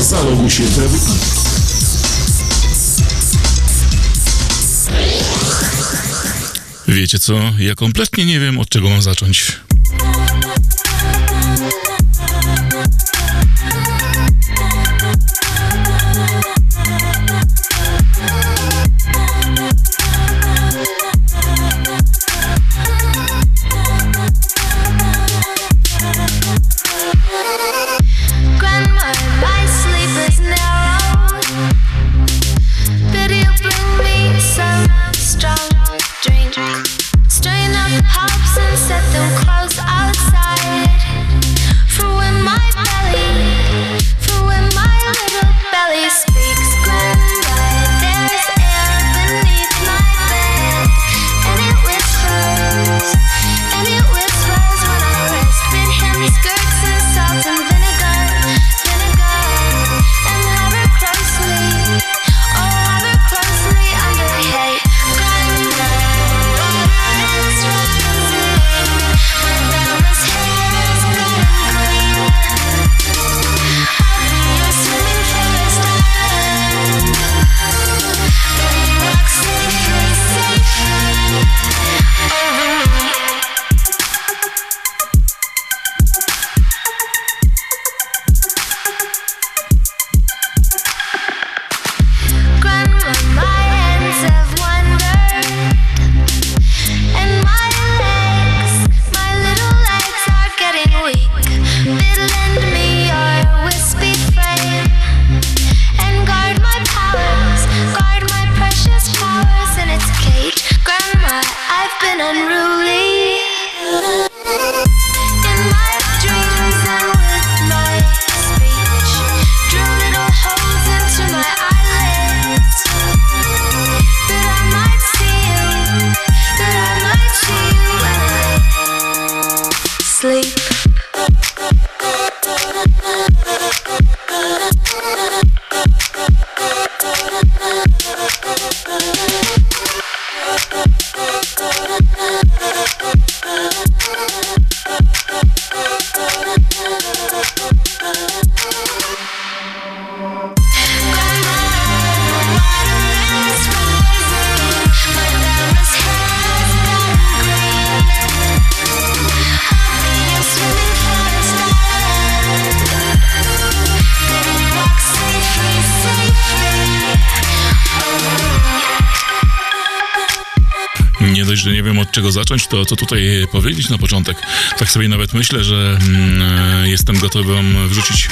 Zaloguj się w... Wiecie co? Ja kompletnie nie wiem, od czego mam zacząć. Że nie wiem, od czego zacząć, to co tutaj powiedzieć na początek. Tak sobie nawet myślę, że jestem gotowy wam wrzucić...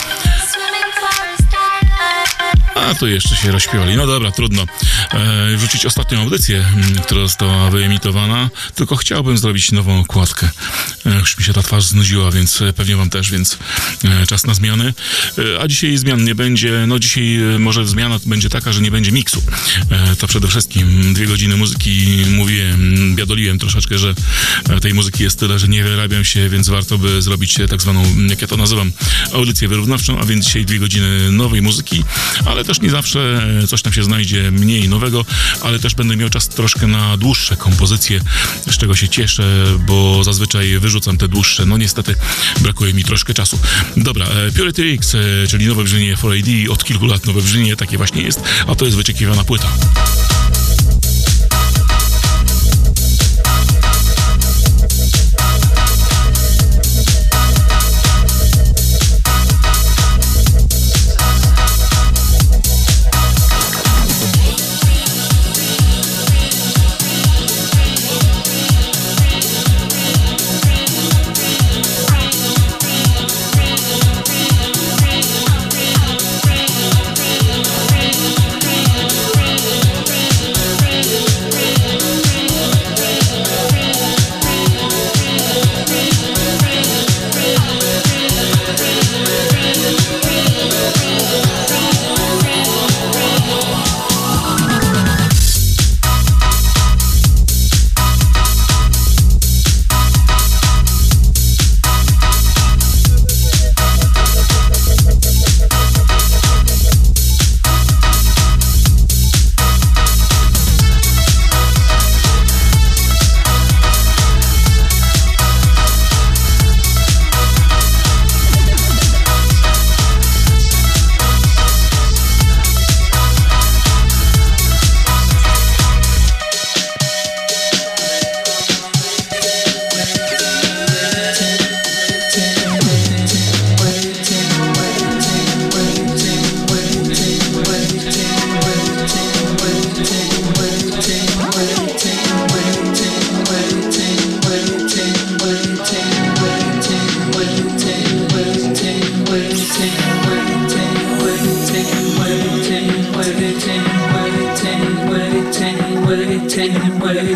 A, tu jeszcze się rozśpiewali. No dobra, trudno. Wrzucić ostatnią audycję, która została wyemitowana, tylko chciałbym zrobić nową okładkę. Już mi się ta twarz znudziła, więc pewnie wam też, więc czas na zmiany. A dzisiaj zmian nie będzie. No dzisiaj może zmiana będzie taka, że nie będzie miksu. To przede wszystkim 2 godziny muzyki. Mówiłem, biadoliłem troszeczkę, że tej muzyki jest tyle, że nie wyrabiam się, więc warto by zrobić tak zwaną, jak ja to nazywam, audycję wyrównawczą, a więc dzisiaj 2 godziny nowej muzyki, ale też nie zawsze coś tam się znajdzie mniej nowego, ale też będę miał czas troszkę na dłuższe kompozycje, z czego się cieszę, bo zazwyczaj wyrzucam te dłuższe. No niestety brakuje mi troszkę czasu. Dobra, Purity X, czyli nowe brzmienie 4AD, od kilku lat nowe brzmienie, takie właśnie jest, a to jest wyczekiwana płyta.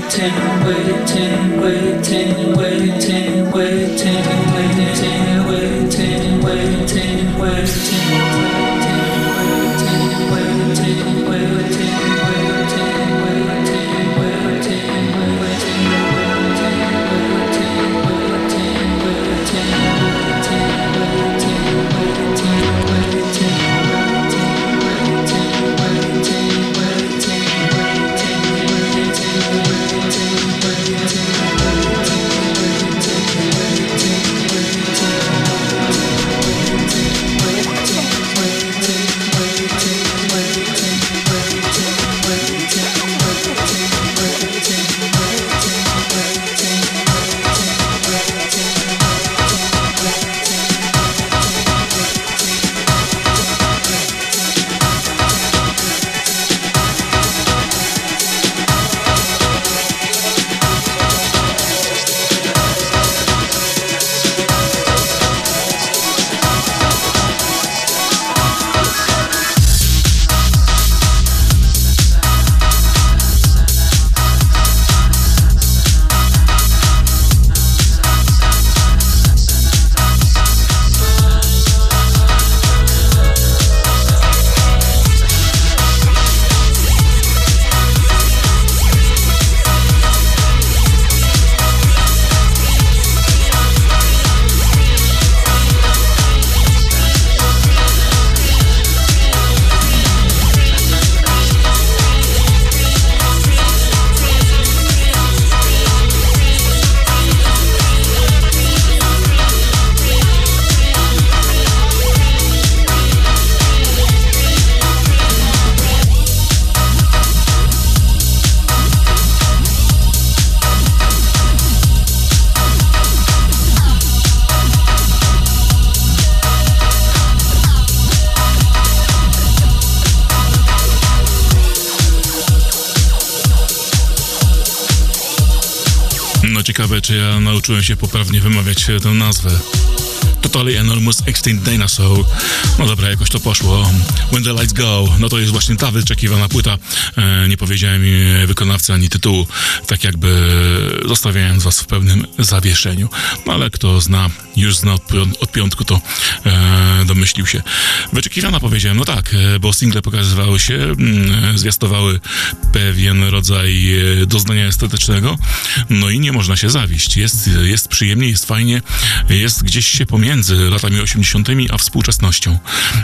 No ciekawe, czy ja nauczyłem się poprawnie wymawiać tę nazwę. Totally Enormous Extinct Dinosaur. No dobra, jakoś to poszło. When the Lights Go. No to jest właśnie ta wyczekiwana płyta. Nie powiedziałem wykonawcy ani tytułu, tak jakby zostawiając was w pełnym zawieszeniu. No ale kto zna, już zna od piątku, to domyślił się. Wyczekiwana powiedziałem, no tak, bo single pokazywały się, zwiastowały pewien rodzaj doznania estetycznego, no i nie można się zawieść. Jest przyjemnie, jest fajnie, jest gdzieś się pomiędzy latami 80. a współczesnością.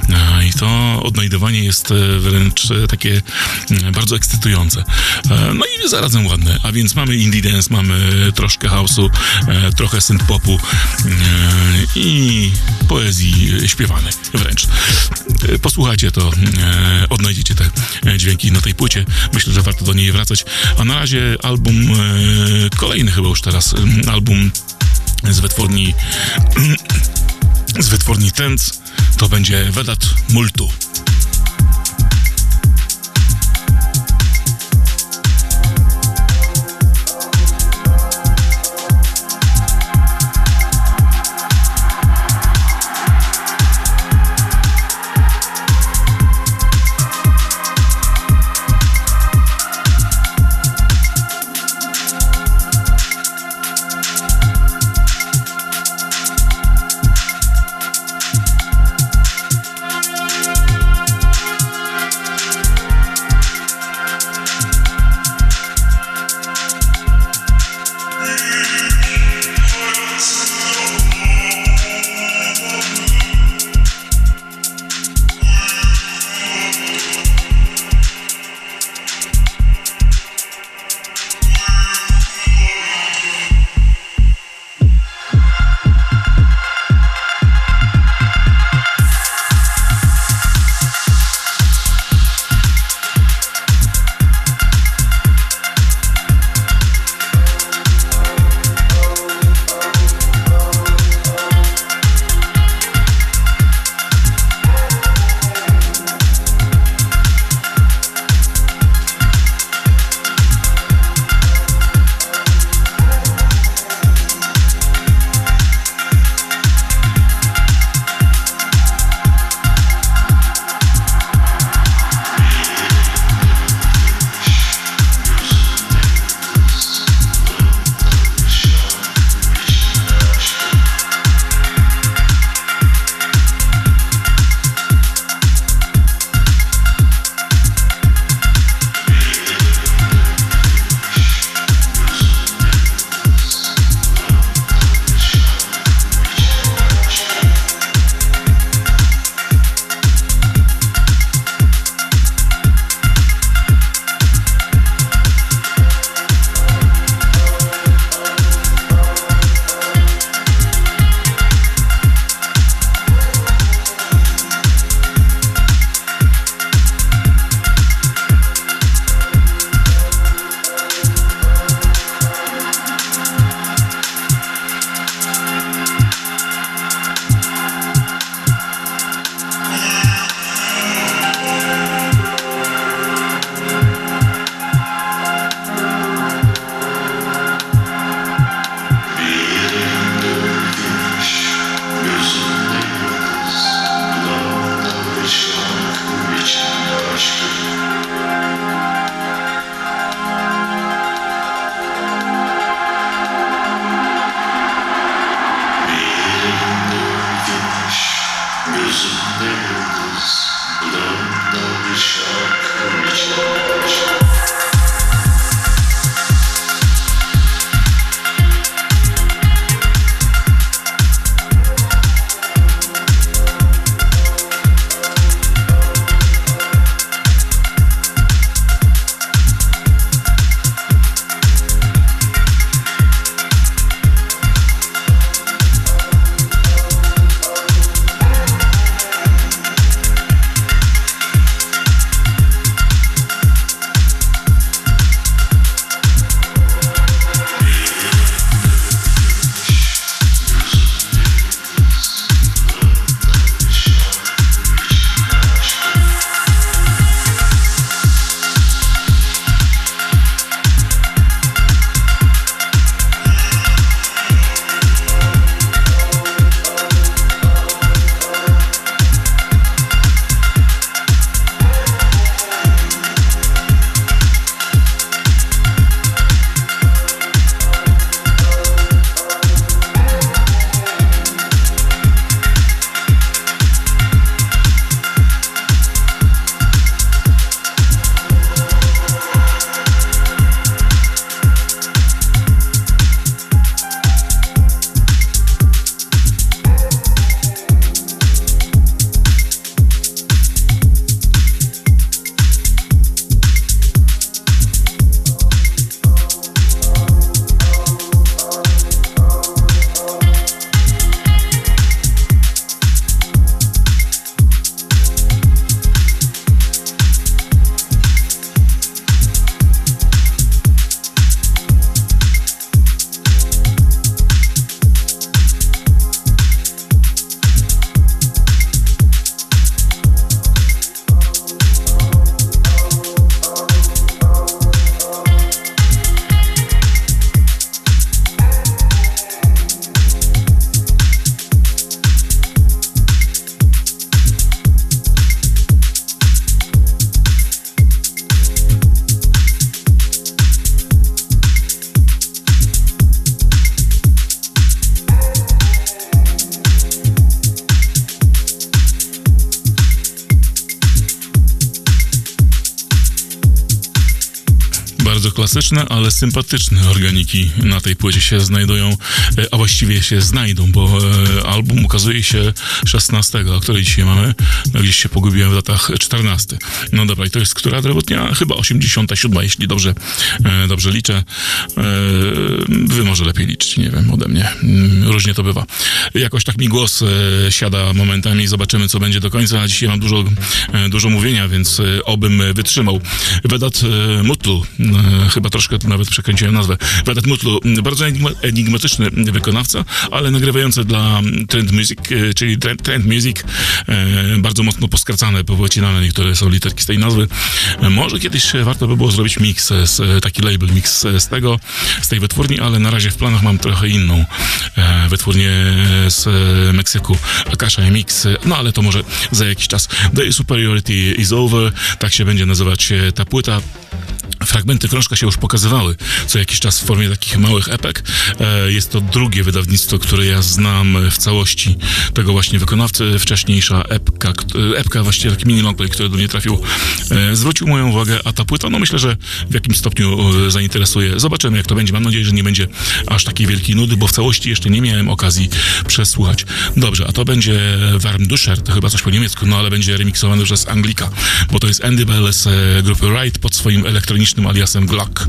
I to odnajdywanie jest wręcz takie bardzo ekscytujące. No i zarazem ładne. A więc mamy indie dance, mamy troszkę house'u, trochę synth-popu i poezji śpiewanej wręcz. Posłuchajcie to, odnajdziecie te dźwięki na tej płycie. Myślę, że warto do niej wracać. A na razie album kolejny chyba już teraz, album z wytwórni Tenz, to będzie Vedat Multu. klasyczne, ale sympatyczne organiki na tej płycie się znajdują, a właściwie się znajdą, bo album ukazuje się 16, a której dzisiaj mamy? No, gdzieś się pogubiłem w latach 14. No dobra, i to jest która drewotnia? Chyba 87, jeśli dobrze liczę. Wy może lepiej liczyć, nie wiem, ode mnie. Różnie to bywa. Jakoś tak mi głos siada momentami, zobaczymy, co będzie do końca, a dzisiaj mam dużo mówienia, więc obym wytrzymał. Vedat Mutlu, chyba troszkę nawet przekręciłem nazwę. Vedat Mutlu, bardzo enigmatyczny wykonawca, ale nagrywający dla Trend Music, czyli Trend Music, bardzo mocno poskracane, powycinane niektóre są literki z tej nazwy. Może kiedyś warto by było zrobić mix, taki label mix z tej wytwórni, ale na razie w planach mam trochę inną wytwórnię z Meksyku, Akasha MX, no ale to może za jakiś czas. The Superiority is Over, tak się będzie nazywać ta płyta. Fragmenty krążka się już pokazywały co jakiś czas w formie takich małych epek. Jest to drugie wydawnictwo, które ja znam w całości tego właśnie wykonawcy. Wcześniejsza epka właściwie taki mini longplay, który do mnie trafił, zwrócił moją uwagę, a ta płyta, no myślę, że w jakimś stopniu zainteresuje. Zobaczymy, jak to będzie. Mam nadzieję, że nie będzie aż takiej wielkiej nudy, bo w całości jeszcze nie miałem okazji przesłuchać. Dobrze, a to będzie Warmduscher, to chyba coś po niemiecku, no ale będzie remiksowane przez Anglika, bo to jest Andy Bell z grupy Ride pod swoim elektronicznym aliasem Glock.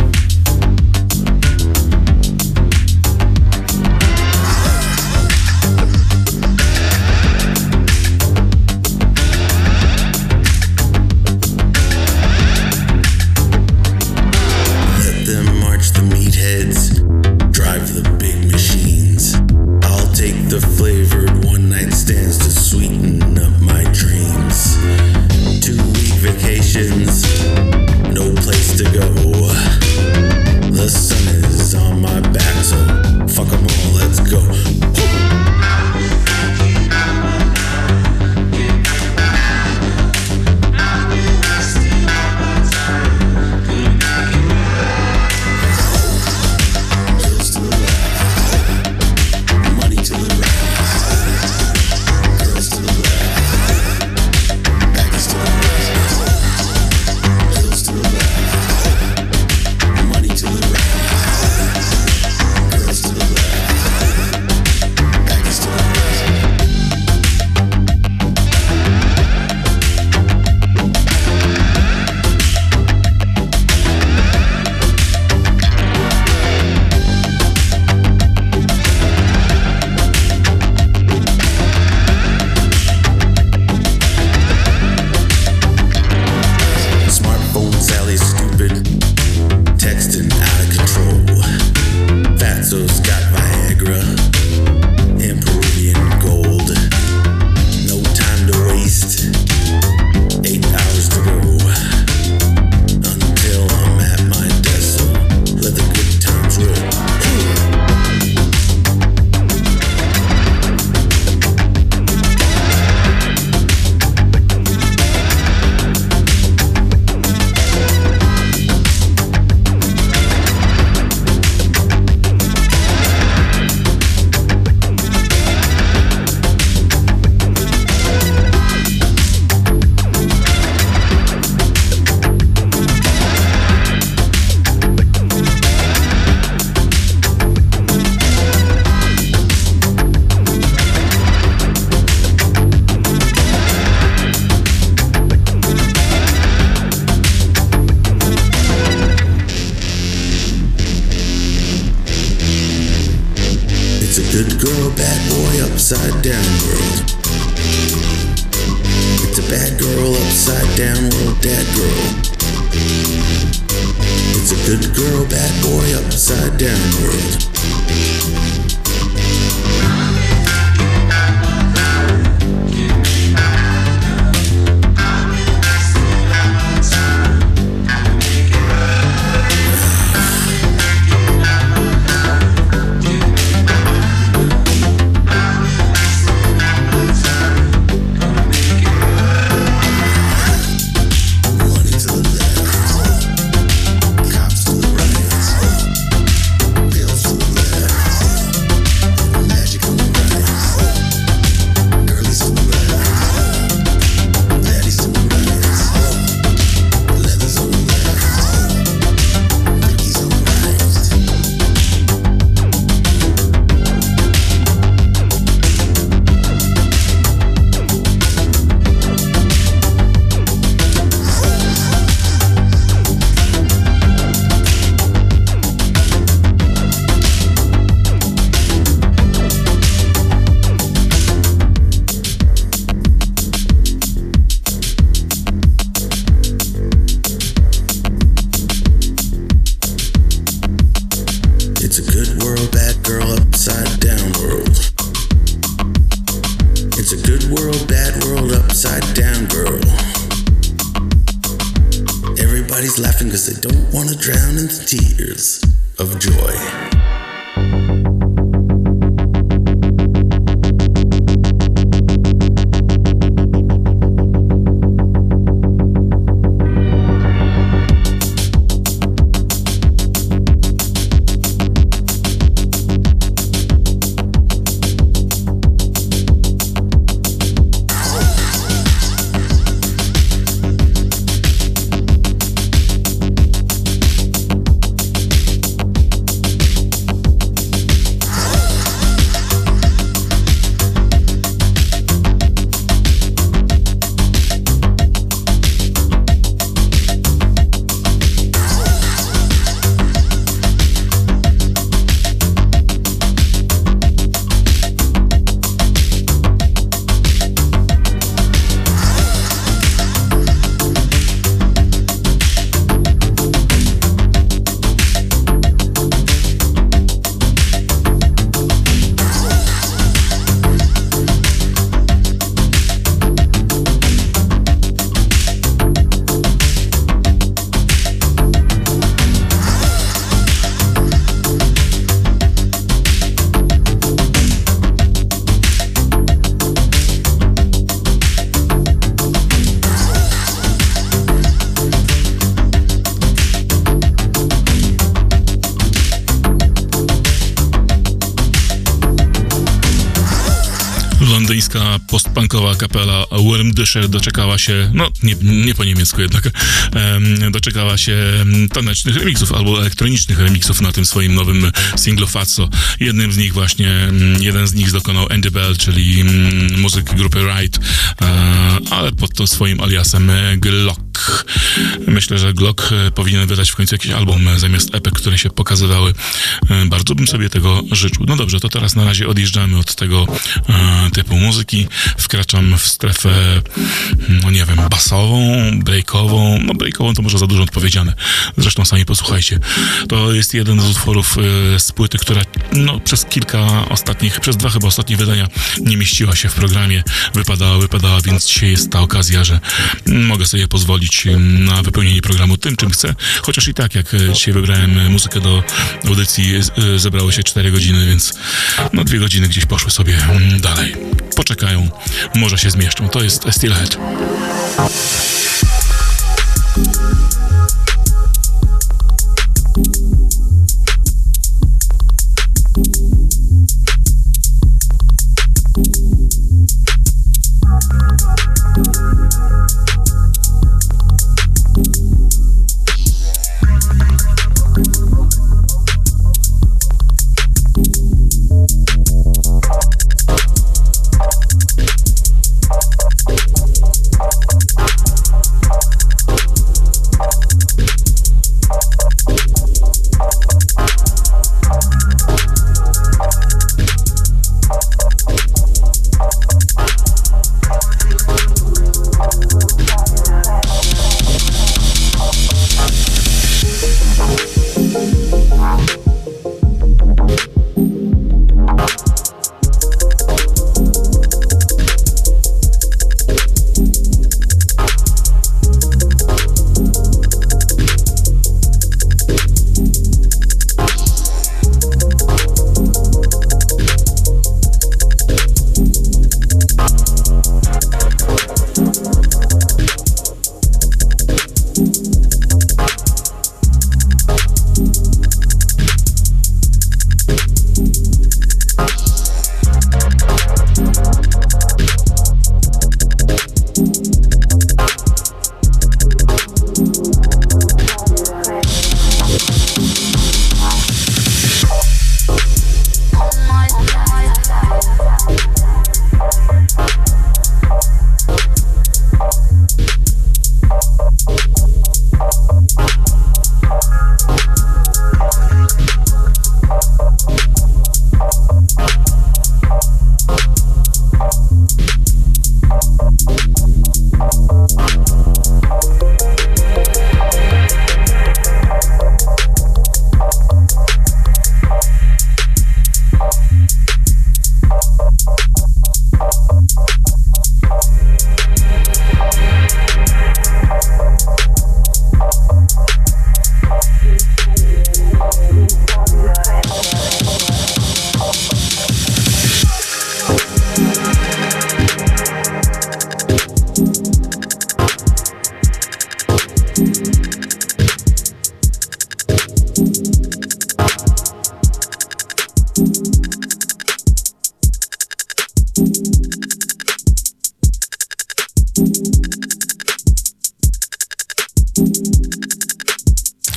Good girl, bad boy, upside down world. It's a bad girl, upside down world, dad girl. It's a good girl, bad boy, upside down world. Cops to the right, bills to the left. world, bad world, upside down, girl. Everybody's laughing because they don't want to drown in the tears of joy. Londyńska postpunkowa kapela Wormdisher doczekała się, no nie po niemiecku jednak, doczekała się tanecznych remixów albo elektronicznych remixów na tym swoim nowym singlu Fatso. Jeden z nich dokonał Andy Bell, czyli muzyk grupy Ride, ale pod to swoim aliasem Glock. Myślę, że Glock powinien wydać w końcu jakiś album zamiast epek, które się pokazywały. Bardzo bym sobie tego życzył. No dobrze, to teraz na razie odjeżdżamy od tego typu muzyki. Wkraczam w strefę, no nie wiem, basową, breakową. No breakową to może za dużo odpowiedziane. Zresztą sami posłuchajcie. To jest jeden z utworów z płyty, która no przez dwa chyba ostatnie wydania nie mieściła się w programie. Wypadała, więc dzisiaj jest ta okazja, że mogę sobie pozwolić na wypełnienie programu tym, czym chcę. Chociaż i tak, jak dzisiaj wybrałem muzykę do audycji, zebrało się 4 godziny, więc no 2 godziny gdzieś poszły sobie dalej. Poczekają, może się zmieszczą. To jest Steelhead.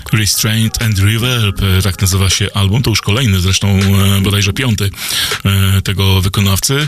Restraint and Reverb, tak nazywa się album, to już kolejny, zresztą bodajże 5 tego wykonawcy.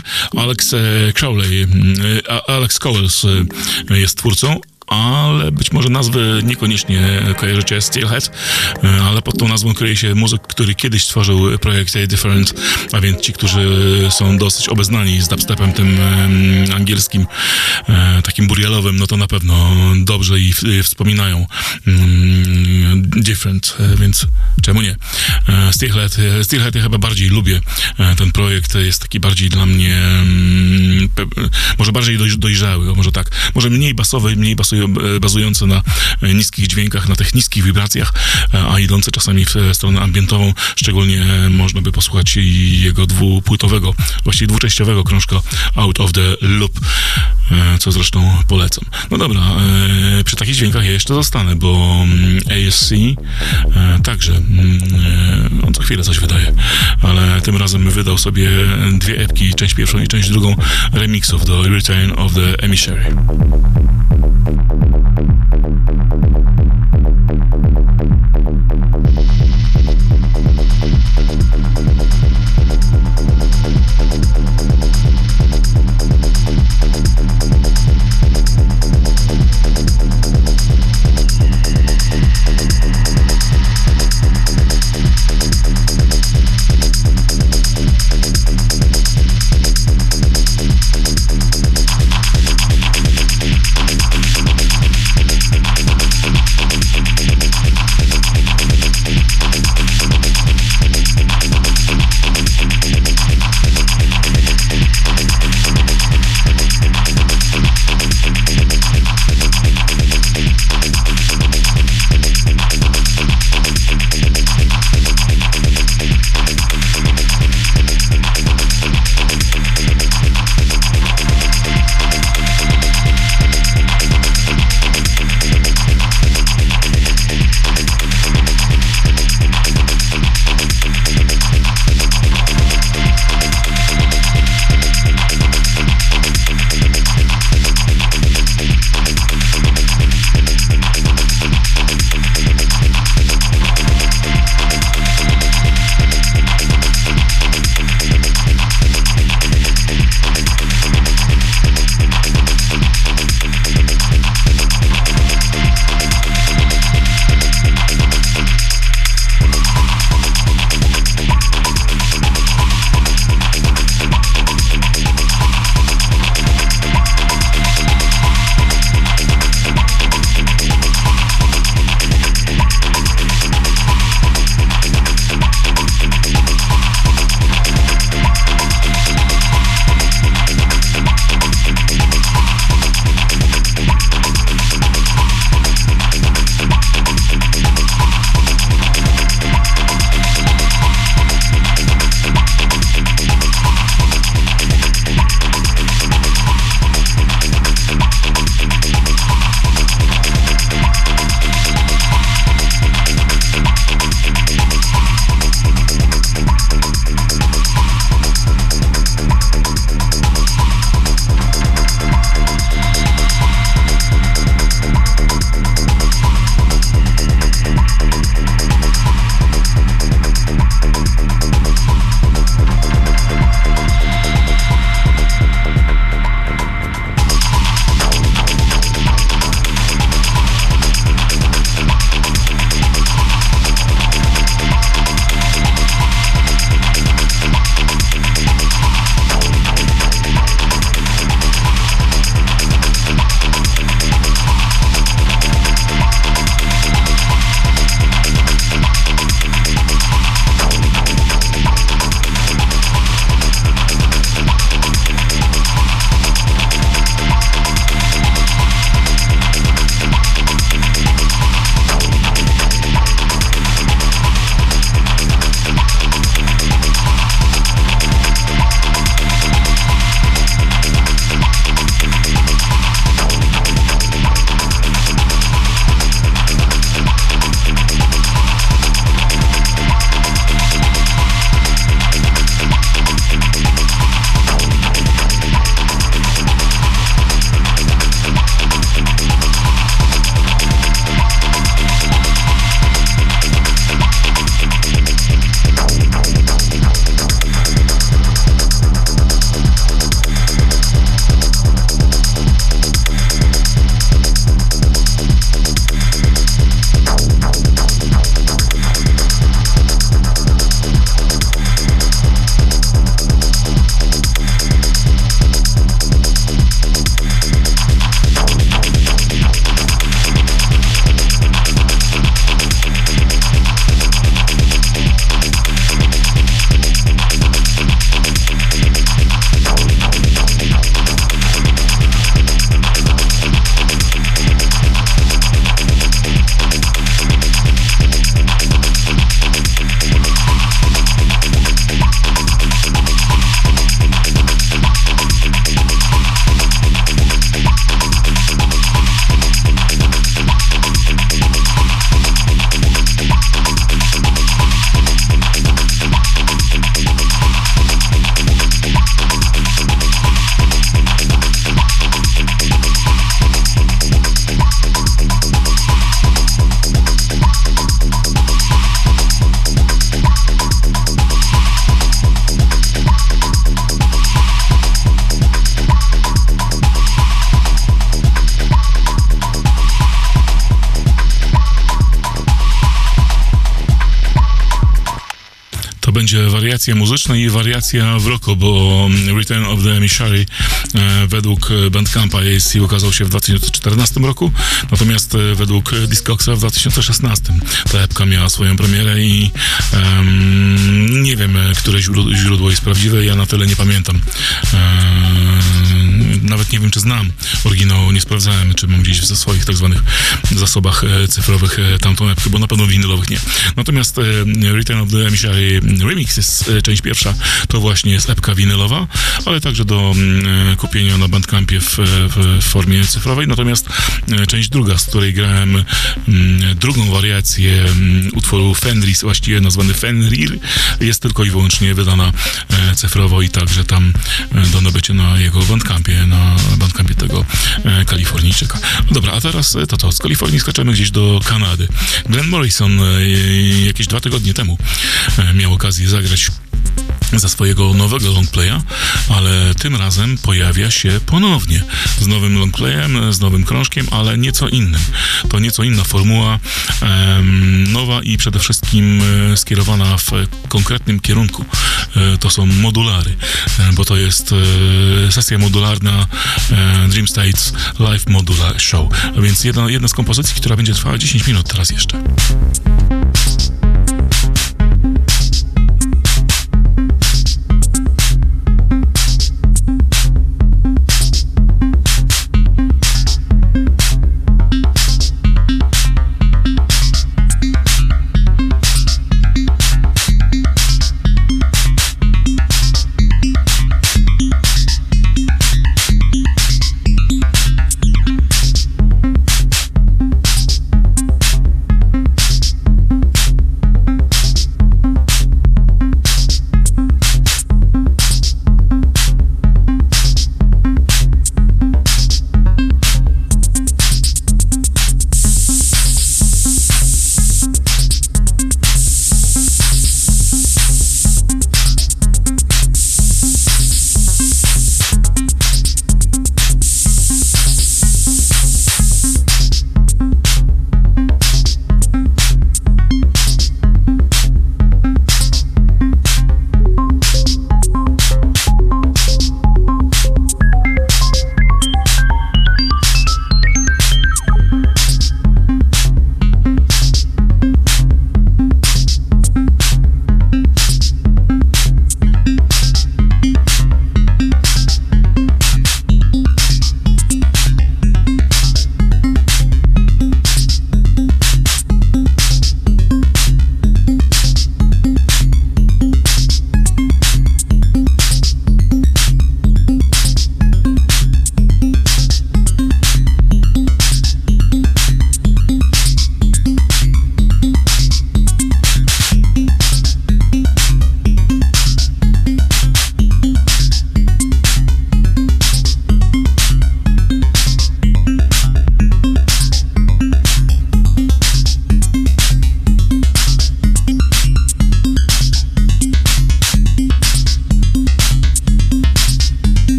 Alex Cowles jest twórcą, ale być może nazwy niekoniecznie kojarzycie Steelhead, ale pod tą nazwą kryje się muzyk, który kiedyś stworzył projekt A Different, a więc ci, którzy są dosyć obeznani z dubstepem tym angielskim, takim burialowym, no to na pewno dobrze i wspominają Different, więc czemu nie? Steelhead ja chyba bardziej lubię ten projekt, jest taki bardziej dla mnie może bardziej dojrzały, może tak, może mniej bazujący na niskich dźwiękach, na tych niskich wibracjach, a idący czasami w stronę ambientową. Szczególnie można by posłuchać jego dwupłytowego, właściwie dwuczęściowego krążka Out of the Loop, co zresztą polecam. No dobra, przy takich dźwiękach ja jeszcze zostanę, bo ASC także on co chwilę coś wydaje, ale tym razem wydał sobie 2 epki, część pierwszą i część drugą remixów do Return of the Emissary. będzie wariacja muzyczna i wariacja w rocku, bo Return of the Emissary według Bandcampa jest i ukazał się w 2014 roku, natomiast według Discogsa w 2016. Ta epka miała swoją premierę i nie wiem, które źródło jest prawdziwe, ja na tyle nie pamiętam. Nawet nie wiem, czy znam oryginał, nie sprawdzałem, czy mam gdzieś w swoich tak zwanych zasobach cyfrowych tamtą epkę, bo na pewno winylowych nie. Natomiast Return of the Emissary Remix jest część pierwsza, to właśnie jest epka winylowa, ale także do kupienia na Bandcampie w formie cyfrowej. Natomiast część druga, z której grałem drugą wariację utworu Fenris, właściwie nazwany Fenrir, jest tylko i wyłącznie wydana cyfrowo i także tam do nabycia na jego Bandcampie, na Bandcampie tego Kalifornijczyka. No dobra, a teraz to z Kalifornii skaczemy gdzieś do Kanady. Glenn Morrison jakieś 2 tygodnie temu miał okazję zagrać za swojego nowego longplaya, ale tym razem pojawia się ponownie z nowym longplayem, z nowym krążkiem, ale nieco innym. To nieco inna formuła, nowa i przede wszystkim skierowana w konkretnym kierunku. To są modulary, bo to jest sesja modularna Dream States Live Modular Show. A więc jedna z kompozycji, która będzie trwała 10 minut teraz jeszcze.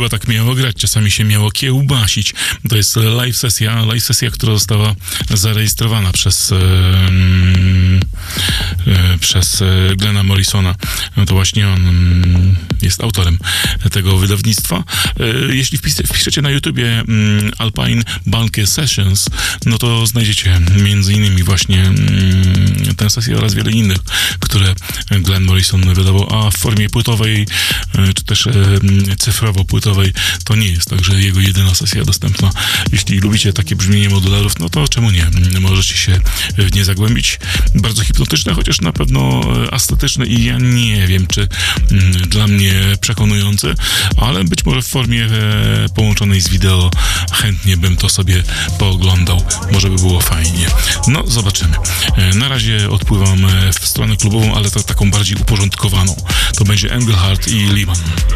chyba tak miało grać, czasami się miało kiełbasić. To jest live sesja, która została zarejestrowana przez Glena Morrisona. No to właśnie on jest autorem tego wydawnictwa. Jeśli wpiszecie na YouTubie Alpine Bunker Sessions, no to znajdziecie między innymi właśnie tę sesję oraz wiele innych, które Glen Morrison wydawał, a w formie płytowej, czy też cyfrowo-płytowej, to nie jest tak, że jego jedyna sesja dostępna. Jeśli lubicie takie brzmienie modularów, no to czemu nie? Możecie się w nie zagłębić. Bardzo hipnotyczne, chociaż na pewno estetyczne i ja nie wiem, czy dla mnie przekonujące, ale być może w formie połączonej z wideo chętnie bym to sobie pooglądał. Może by było fajnie. No, zobaczymy. Na razie odpływam w stronę klubową, ale taką bardziej uporządkowaną. To będzie Engelhardt i Liban.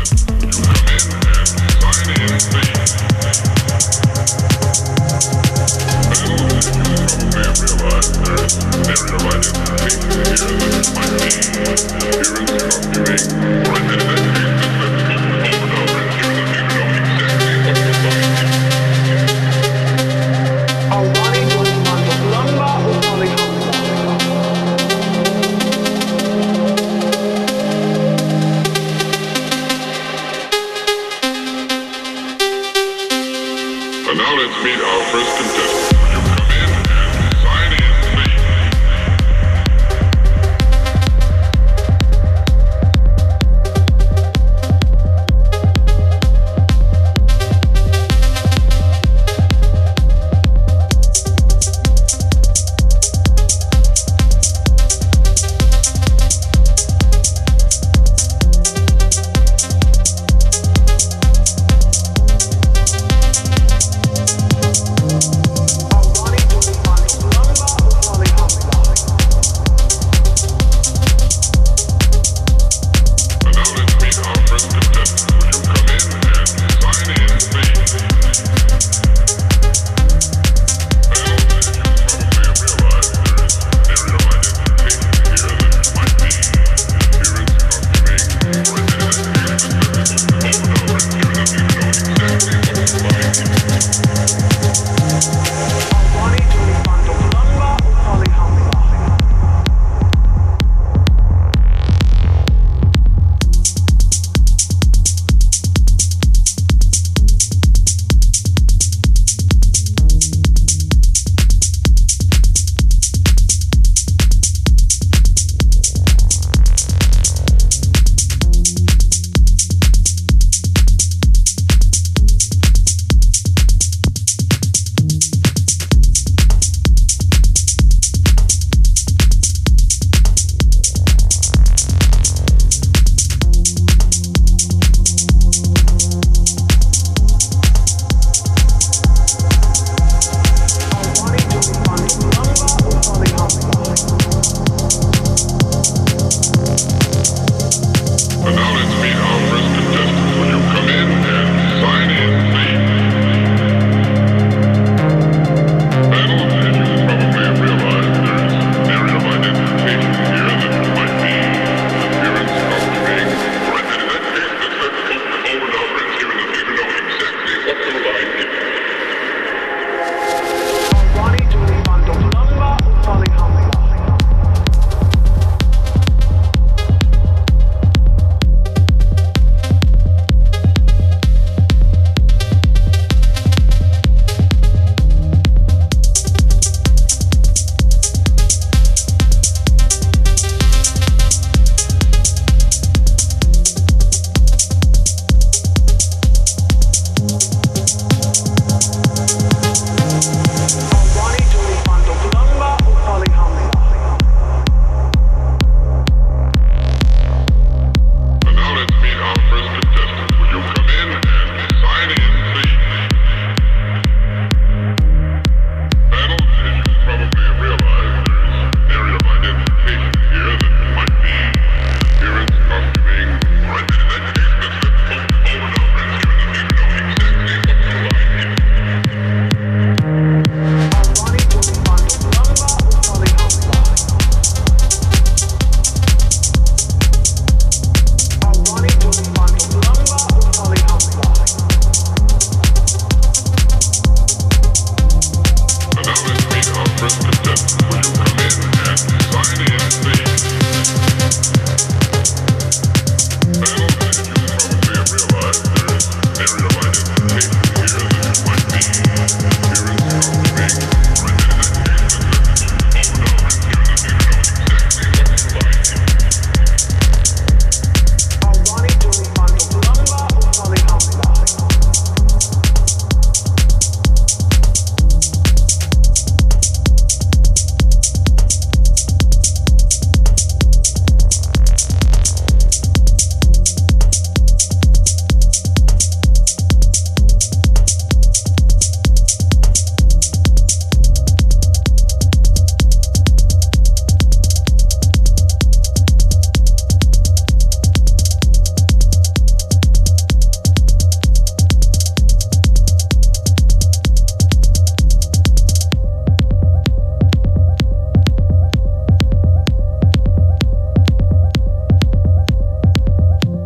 And now let's meet our first contestant. You come in and sign in, please.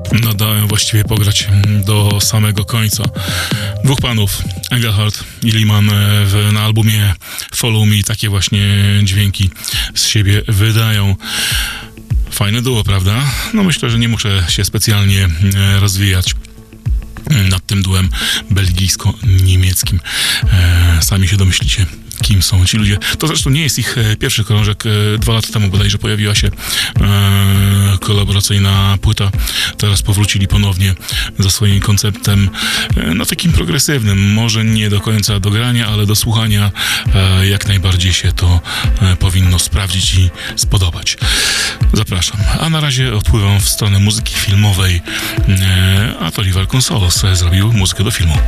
nadałem właściwie pograć do samego końca. Dwóch panów, Engelhardt i Lehman, na albumie Follow Me takie właśnie dźwięki z siebie wydają. Fajne duo, prawda? No myślę, że nie muszę się specjalnie rozwijać nad tym duem belgijsko-niemieckim. Sami się domyślicie, kim są ci ludzie. To zresztą nie jest ich pierwszy krążek. 2 lata temu bodajże pojawiła się kolaboracyjna płyta. Teraz powrócili ponownie za swoim konceptem, no takim progresywnym. Może nie do końca do grania, ale do słuchania jak najbardziej się to powinno sprawdzić i spodobać. Zapraszam. A na razie odpływam w stronę muzyki filmowej, a to Rival Consoles zrobił muzykę do filmu.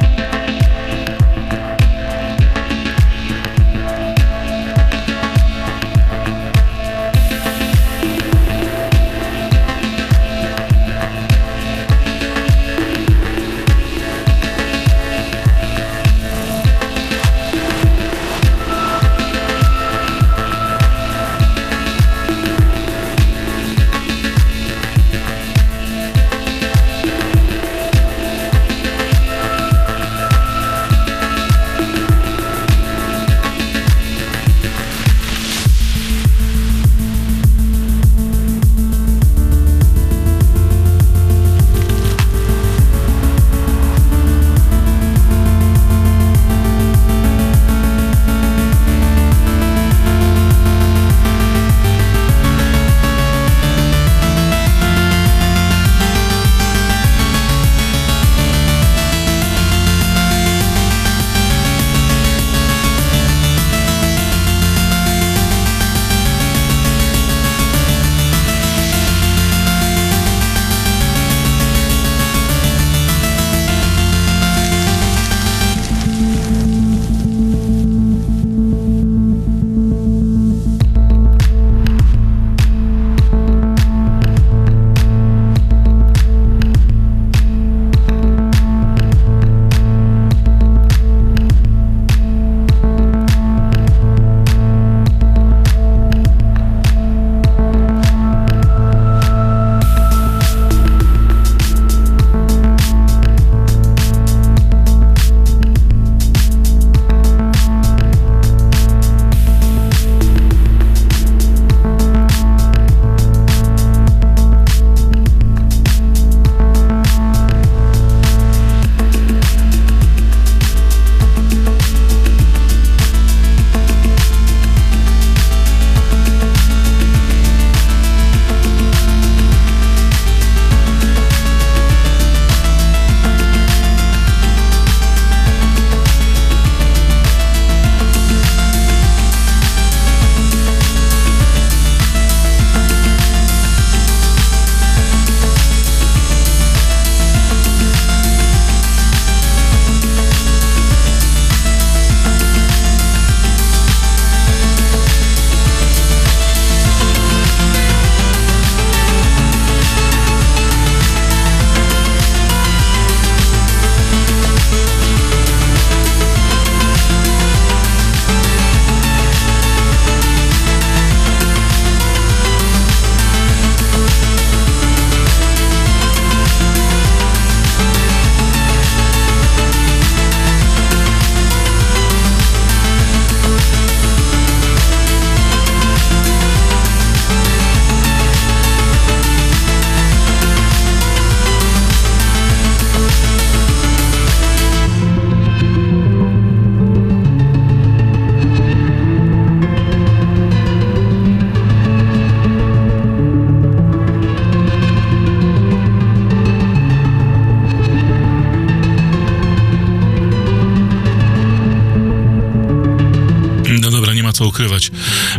co ukrywać.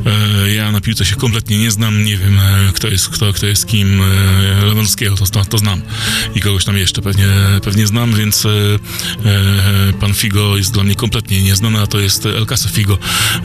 Ja na piłce się kompletnie nie znam, nie wiem kto jest kim. Lewandowskiego to znam i kogoś tam jeszcze pewnie znam, więc pan Figo jest dla mnie kompletnie nieznany, a to jest El Caso Figo,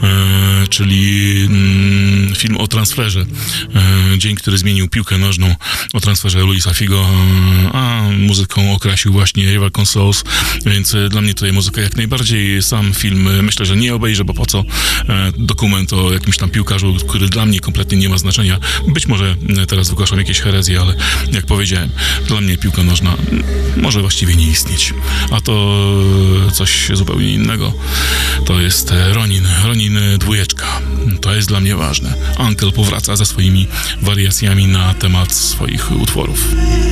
czyli film o transferze. Dzień, który zmienił piłkę nożną, o transferze Luisa Figo, a muzyką okrasił właśnie Rival Consoles, więc dla mnie tutaj muzyka jak najbardziej. Sam film myślę, że nie obejrzę, bo po co? dokument o jakimś tam piłkarzu, który dla mnie kompletnie nie ma znaczenia. Być może teraz wygłaszam jakieś herezje, ale jak powiedziałem, dla mnie piłka nożna może właściwie nie istnieć. A to coś zupełnie innego. To jest Ronin 2. To jest dla mnie ważne. Uncle powraca ze swoimi wariacjami na temat swoich utworów.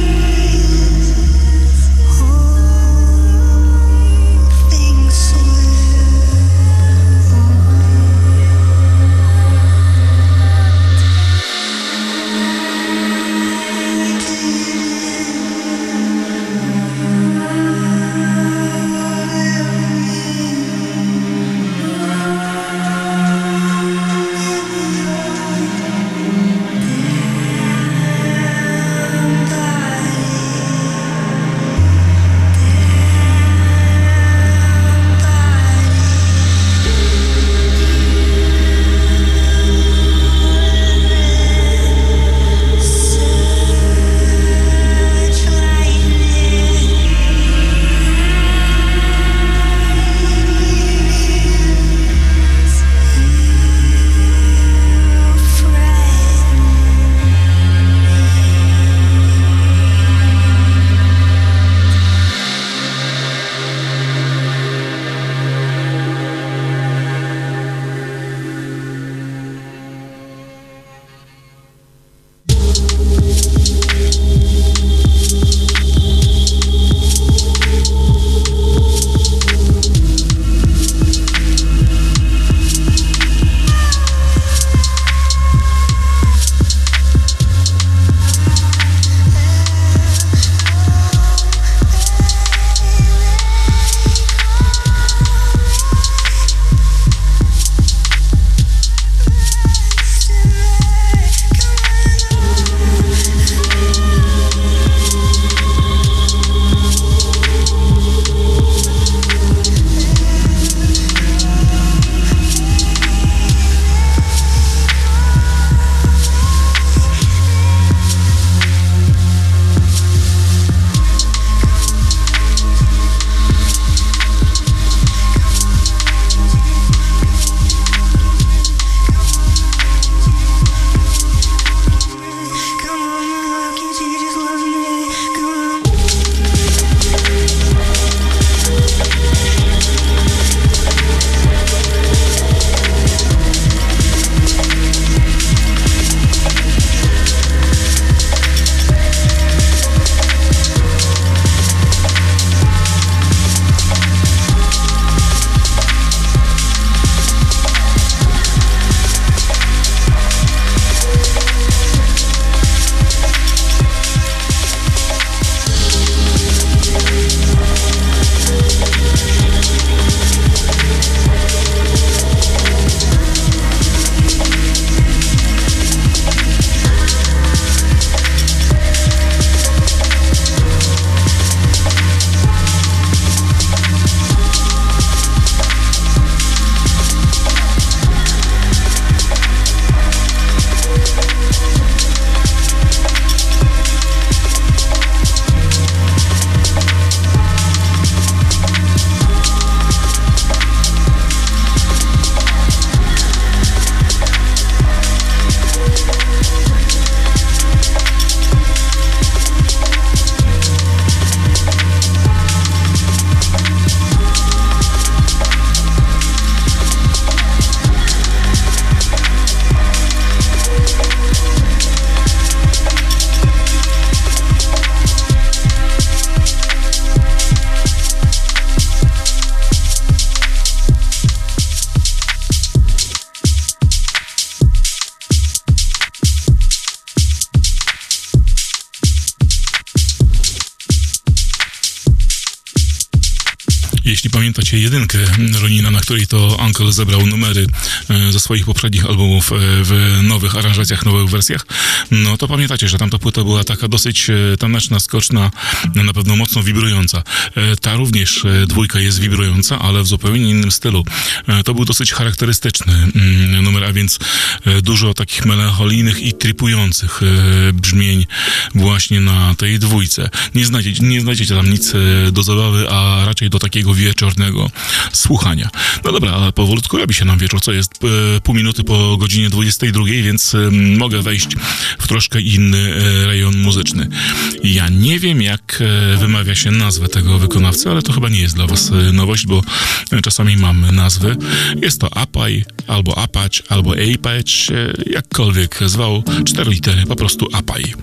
Jeśli pamiętacie jedynkę Ronina, na której to Uncle zebrał numery ze swoich poprzednich albumów w nowych aranżacjach, nowych wersjach, no to pamiętacie, że tamta płyta była taka dosyć taneczna, skoczna, na pewno mocno wibrująca. Ta również dwójka jest wibrująca, ale w zupełnie innym stylu. To był dosyć charakterystyczny numer, a więc dużo takich melancholijnych i tripujących brzmień właśnie na tej dwójce. Nie znajdziecie tam nic do zabawy, a raczej do takiego wieczornego słuchania. No dobra, ale powolutku robi się nam wieczór, co jest pół minuty po godzinie 22, więc mogę wejść w troszkę inny rejon muzyczny. Ja nie wiem, jak wymawia się nazwę tego wykonawcy, ale to chyba nie jest dla was nowość, bo czasami mam nazwy. Jest to Apaj, albo Apacz, albo Apacz, jakkolwiek zwał, 4 litery, po prostu Apaj.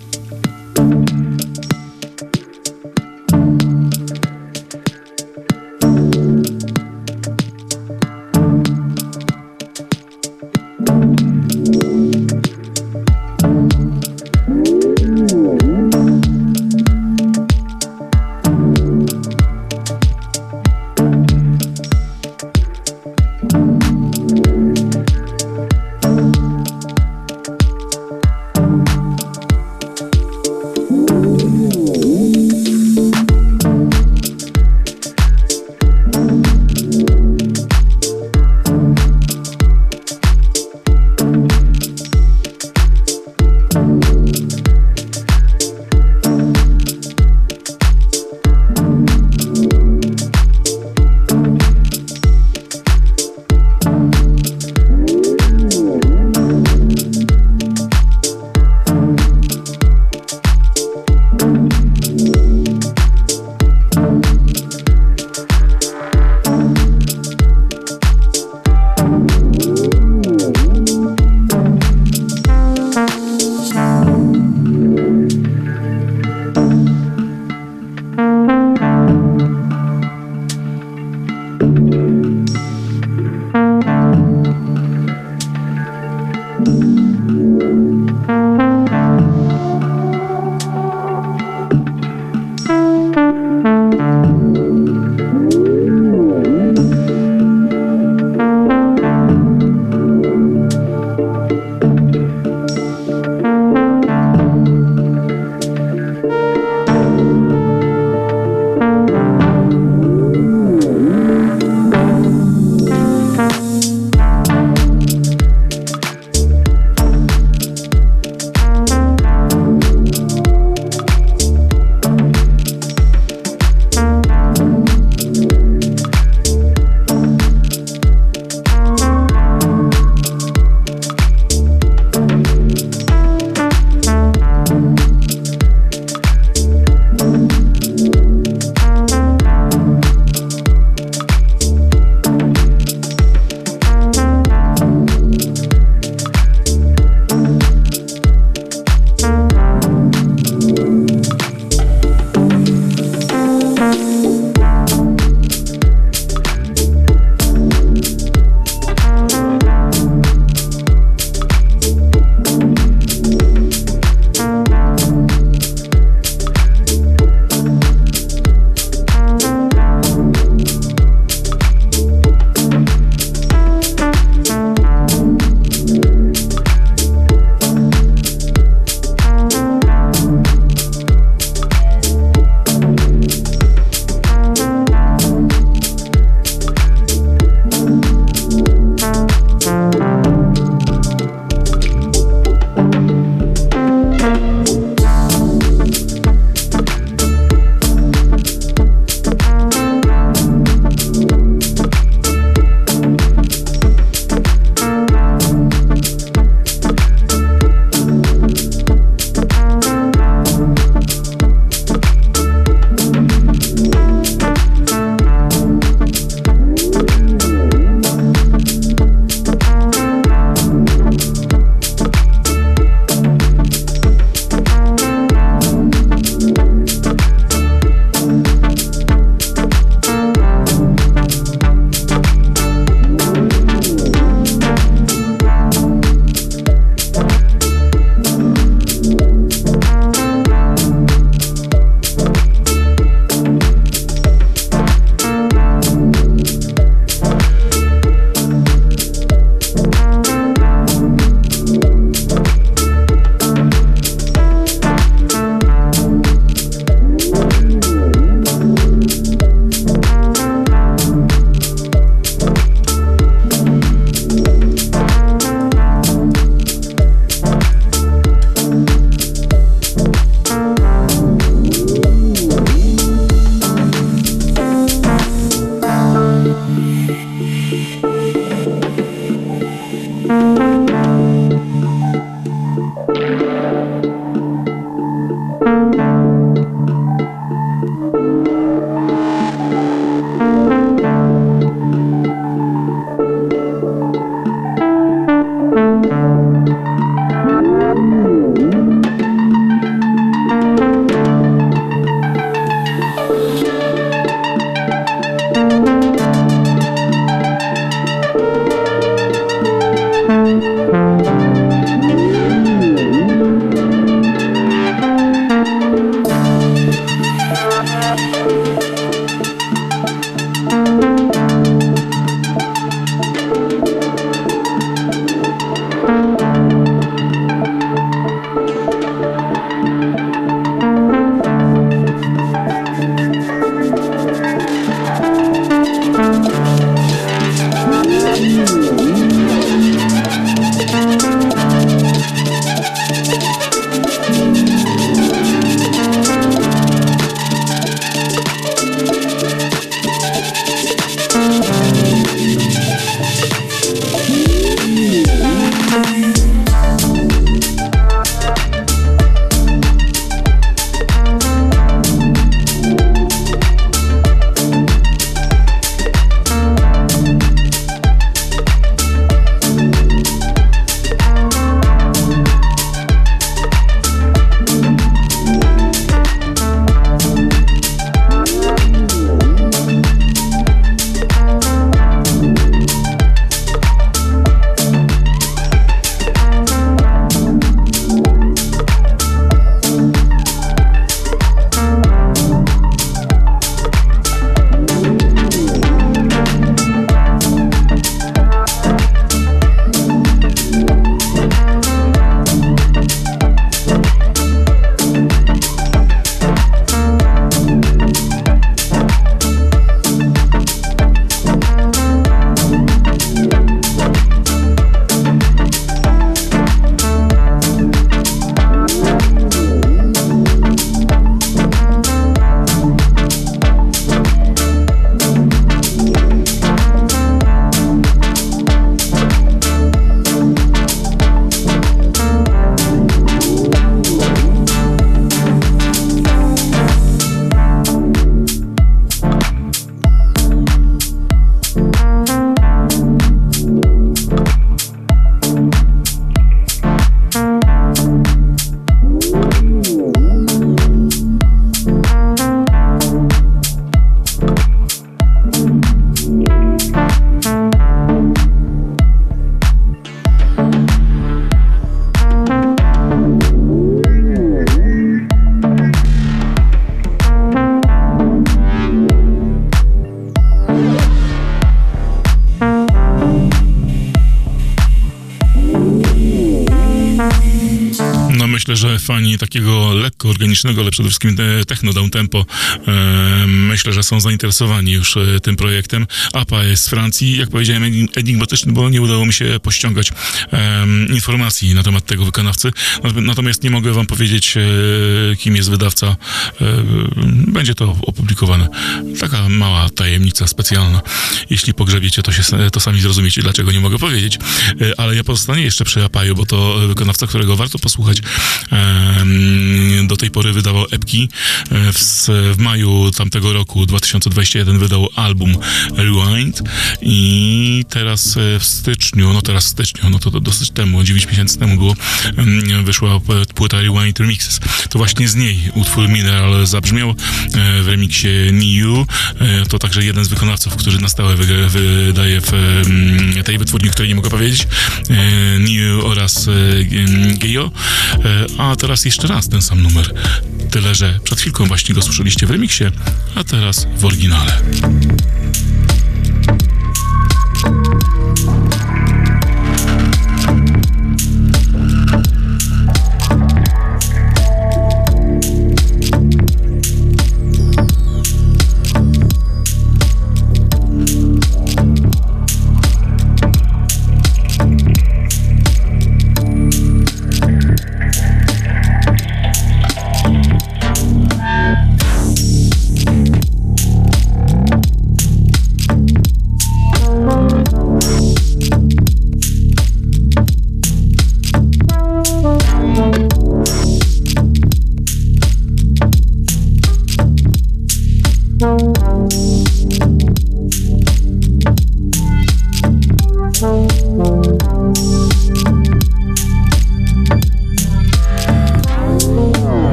że fani takiego lekko organicznego, ale przede wszystkim techno down tempo, myślę, że są zainteresowani już tym projektem. APA jest z Francji, jak powiedziałem, enigmatyczny, bo nie udało mi się pościągać informacji na temat tego wykonawcy. Natomiast nie mogę wam powiedzieć, kim jest wydawca. Będzie to opublikowane. Taka mała tajemnica specjalna. Jeśli pogrzebiecie, to sami zrozumiecie, dlaczego nie mogę powiedzieć. Ale ja pozostanę jeszcze przy Apaju, bo to wykonawca, którego warto posłuchać. Do tej pory wydawał epki. W maju tamtego roku, 2021, wydał album Rewind i teraz w styczniu, to dosyć temu, 9 miesięcy temu wyszła płyta Rewind Remixes. To właśnie z niej utwór Mineral zabrzmiał w remiksie Niu. To także jeden z wykonawców, który na stałe wydaje w tej wytwórni, której nie mogę powiedzieć, Niu oraz Gejo. A teraz jeszcze raz ten sam numer. Tyle, że przed chwilką właśnie go słyszeliście w remiksie, a teraz w oryginale.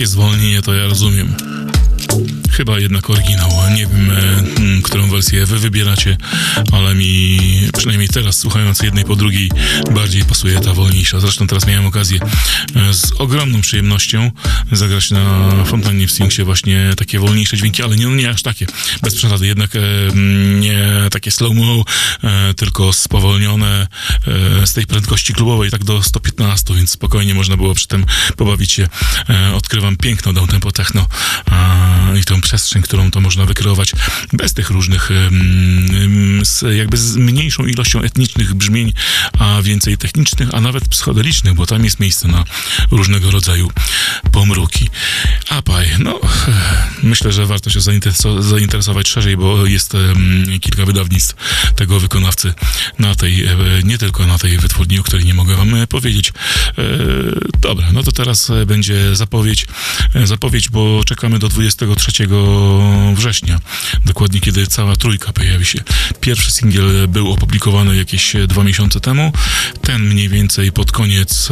takie zwolnienie to ja rozumiem. Chyba jednak oryginał. Nie wiem, którą wersję wy wybieracie, ale mi przynajmniej teraz, słuchając jednej po drugiej, bardziej pasuje ta wolniejsza. Zresztą teraz miałem okazję z ogromną przyjemnością zagrać na fontannie w Sphinxie właśnie takie wolniejsze dźwięki, ale nie aż takie, bez przesady, jednak nie takie slow-mo, tylko spowolnione z tej prędkości klubowej tak do 115, więc spokojnie można było przy tym pobawić się. Odkrywam piękno downtempo techno i tą przestrzeń, którą to można wykreować bez tych różnych jakby z mniejszą ilością etnicznych brzmień, a więcej technicznych, a nawet psychodelicznych, bo tam jest miejsce na różnego rodzaju pomruki. Apaj, no myślę, że warto się zainteresować szerzej, bo jest kilka wydawnictw tego wykonawcy na tej, nie tylko na tej wytwórni, o której nie mogę wam powiedzieć. Dobra, no to teraz będzie zapowiedź, bo czekamy do 23 września, dokładnie kiedy cała trójka pojawi się. Pierwszy singiel był opublikowany jakieś 2 miesiące temu, ten mniej więcej pod koniec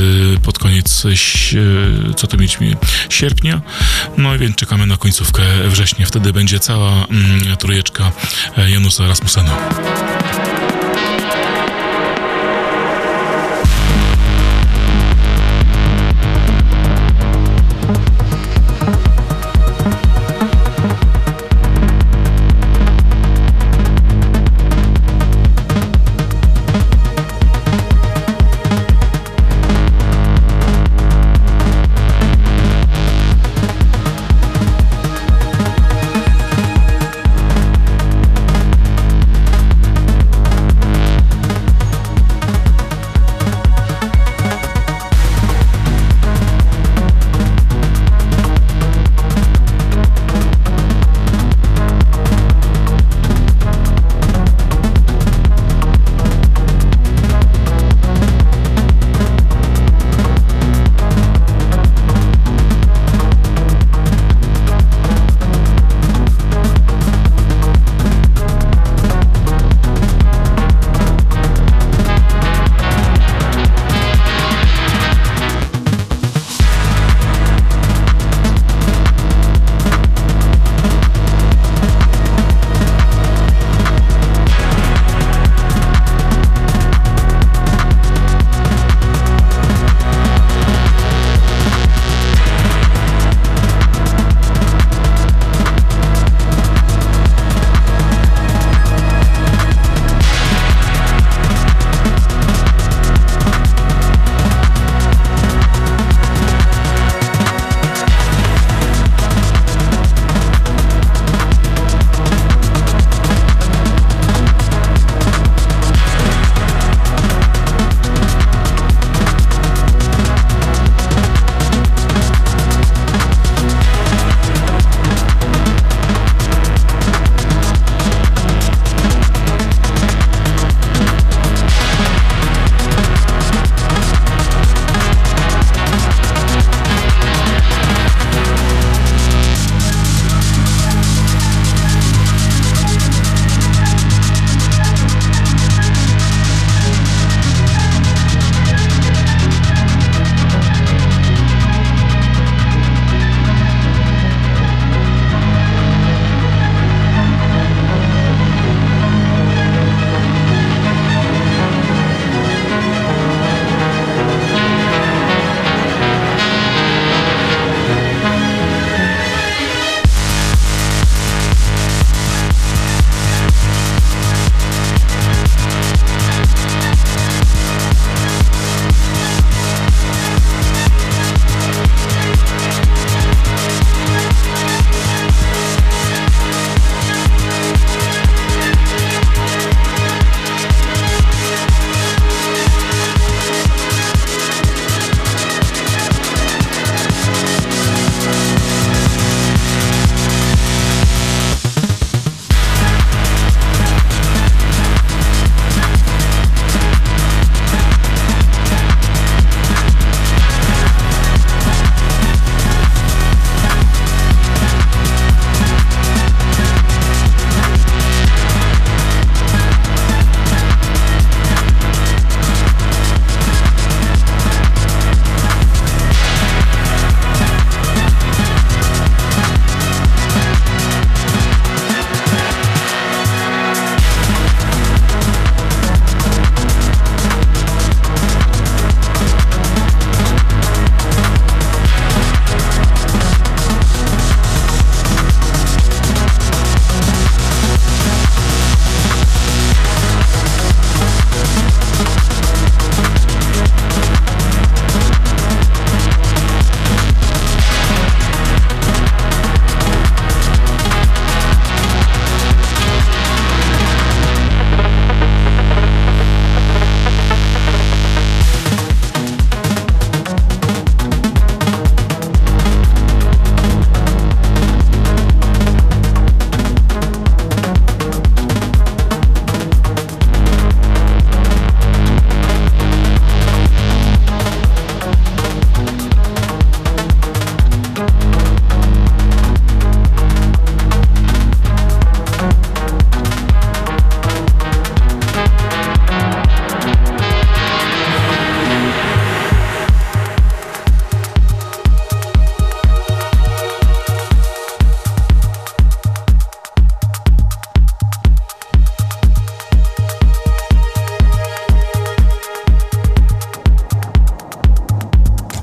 co to mieliśmy, sierpnia, no i więc czekamy na końcówkę września, wtedy będzie cała trójeczka Janusa Rasmussena.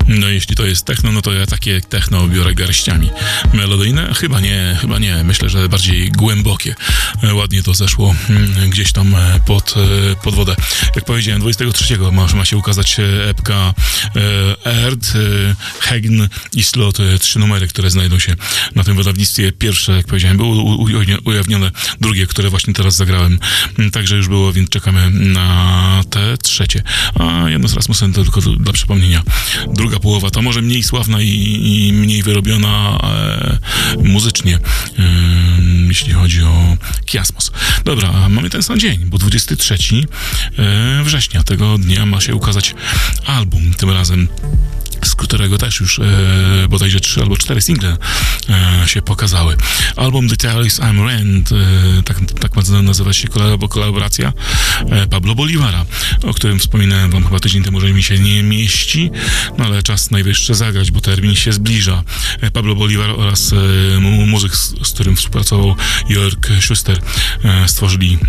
No jeśli to jest techno, no to ja takie techno biorę garściami. Melodyjne? Chyba nie. Myślę, że bardziej głębokie. Ładnie to zeszło gdzieś tam pod wodę. Jak powiedziałem, 23 ma się ukazać epka Erd, Hegn i Slot, 3 numery, które znajdą się na tym wydawnictwie. Pierwsze, jak powiedziałem, było ujawnione, drugie, które właśnie teraz zagrałem, także już było, więc czekamy na te trzecie. A jedno z Rasmusem, to tylko dla przypomnienia. Druga połowa to może mniej sławna i mniej wyrobiona muzycznie, jeśli chodzi o Kiasmos. Dobra, mamy ten sam dzień, bo 23 września tego dnia ma się ukazać album, tym razem z którego też już bodajże 3 albo 4 single się pokazały. Album The Tales I'm Rent, tak ma nazywać się kolaboracja Pablo Bolivara, o którym wspominałem wam chyba tydzień temu, że mi się nie mieści, no ale czas najwyższy zagrać, bo termin się zbliża. Pablo Bolivar oraz muzyk, z którym współpracował Jörg Schuster, stworzyli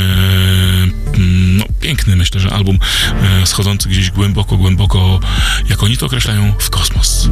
piękny, myślę, że album schodzący gdzieś głęboko, jak oni to określają, w kosmos.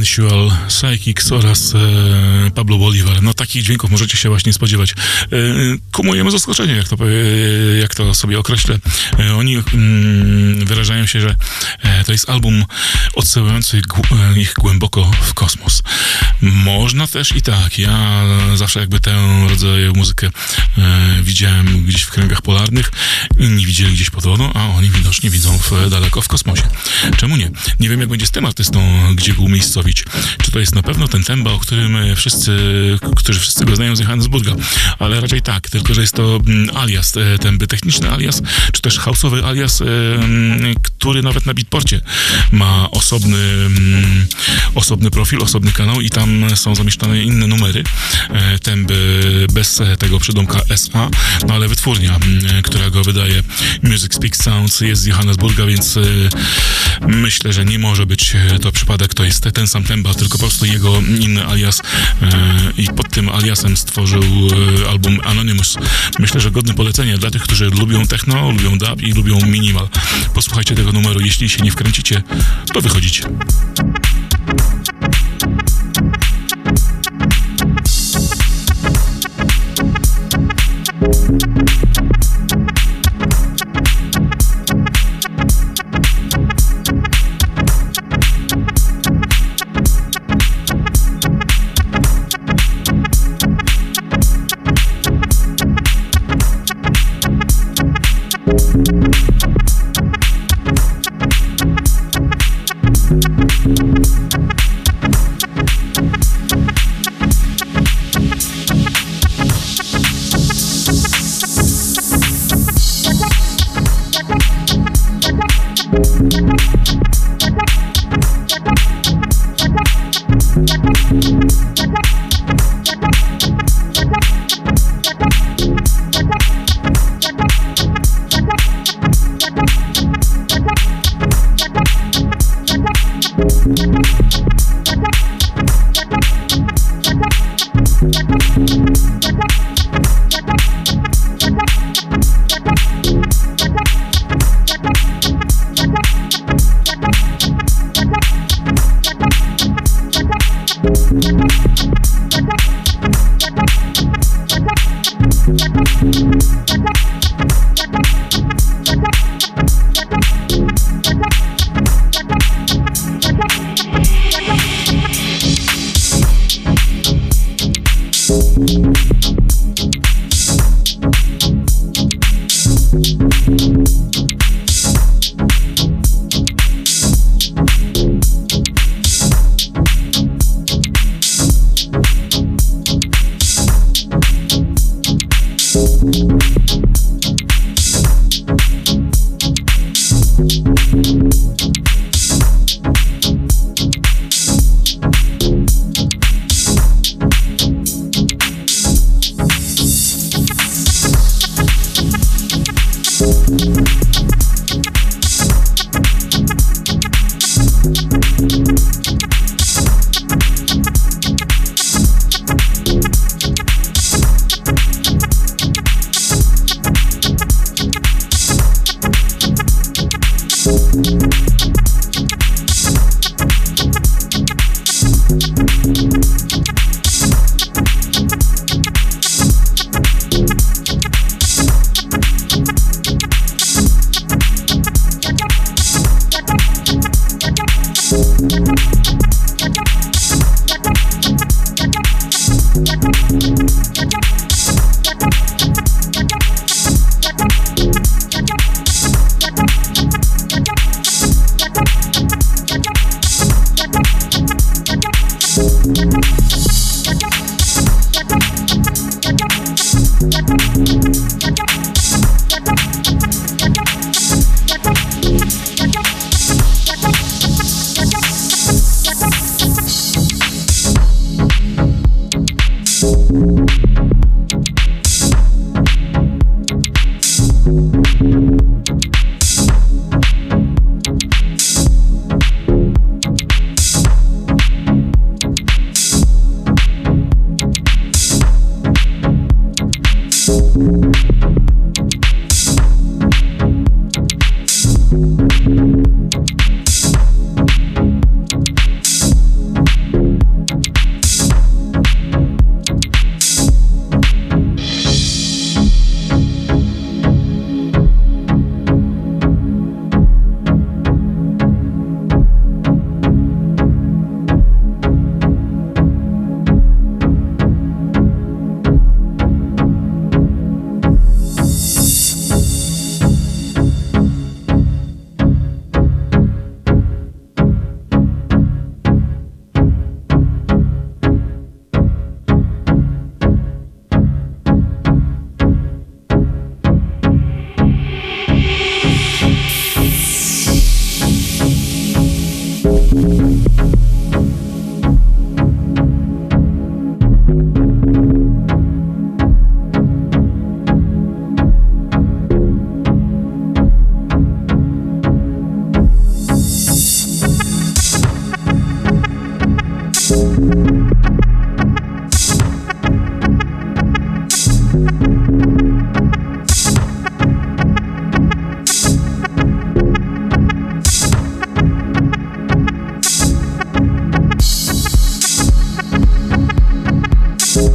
Sensual Psychics oraz Pablo Bolivar. No takich dźwięków możecie się właśnie spodziewać. Ku mojemu zaskoczeniu, jak to sobie określę. Oni wyrażają się, że to jest album odsyłający ich głęboko w kosmos. Można też i tak. Ja zawsze jakby tę rodzaju muzykę widziałem gdzieś w kręgach polarnych, inni widzieli gdzieś pod wodą, a oni widocznie widzą daleko w kosmosie. Czemu nie? Nie wiem, jak będzie z tym artystą, gdzie go umiejscowić. Czy to jest na pewno ten temba, o którym którzy wszyscy go znają z Johannesburga, ale raczej tak, tylko że jest to alias, temby techniczny alias, czy też house'owy alias, który nawet na Beatporcie ma osobny profil, osobny kanał i tam są zamieszczane inne numery, temby bez tego przydomka SA, no ale wytwórnia, która go wydaje, Music Speaks Sounds, jest z Johannesburga, więc myślę, że nie może być to przypadek, to jest ten sam temba, tylko po prostu jego inny alias i pod tym aliasem stworzył album Anonymous. Myślę, że godne polecenie dla tych, którzy lubią techno, lubią dub i lubią minimal. Posłuchajcie tego numeru, jeśli się nie wkręcicie, to wychodzicie.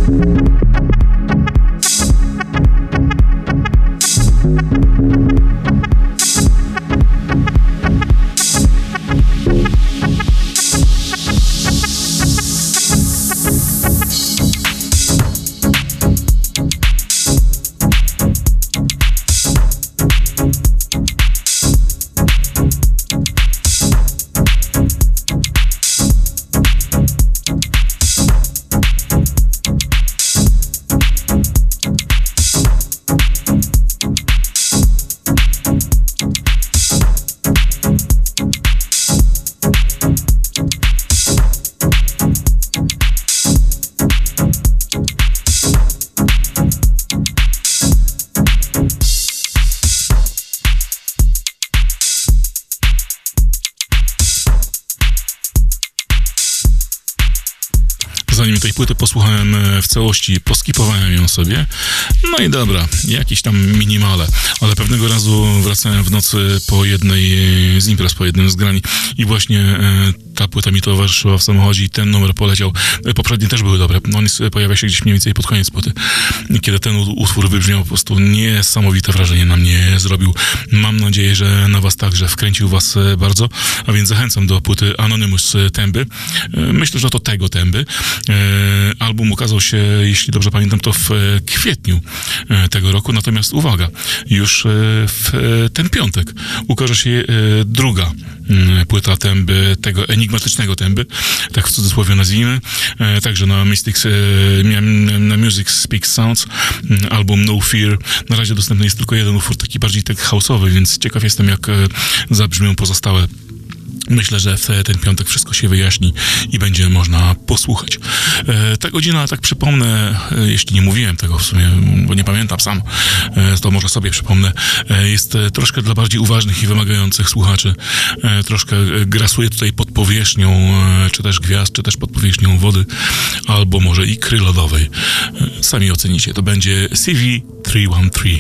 Zanim tej płyty posłuchałem w całości, poskipowałem ją sobie. No i dobra, jakieś tam minimale. Ale pewnego razu wracałem w nocy po jednej z imprez, po jednym z grań i właśnie ta płyta mi towarzyszyła w samochodzie i ten numer poleciał. Poprzednie też były dobre. On pojawia się gdzieś mniej więcej pod koniec płyty. Kiedy ten utwór wybrzmiał, po prostu niesamowite wrażenie na mnie zrobił. Mam nadzieję, że na was także wkręcił was bardzo, a więc zachęcam do płyty Anonymous Tęby. Myślę, że to tego Tęby. Album ukazał się, jeśli dobrze pamiętam, to w kwietniu tego roku, natomiast uwaga, już w ten piątek ukaże się druga płyta Tęby, tego enigmatycznego Tęby, tak w cudzysłowie nazwijmy, także na na Music Speaks Sounds, album No Fear. Na razie dostępny jest tylko jeden utwór, taki bardziej tech house'owy, więc ciekaw jestem, jak zabrzmią pozostałe. Myślę, że w ten piątek wszystko się wyjaśni i będzie można posłuchać. Ta godzina, tak przypomnę, jeśli nie mówiłem tego w sumie, bo nie pamiętam sam, to może sobie przypomnę, jest troszkę dla bardziej uważnych i wymagających słuchaczy. Troszkę grasuje tutaj pod powierzchnią, czy też gwiazd, czy też pod powierzchnią wody, albo może ikry lodowej. Sami ocenicie. To będzie CV313.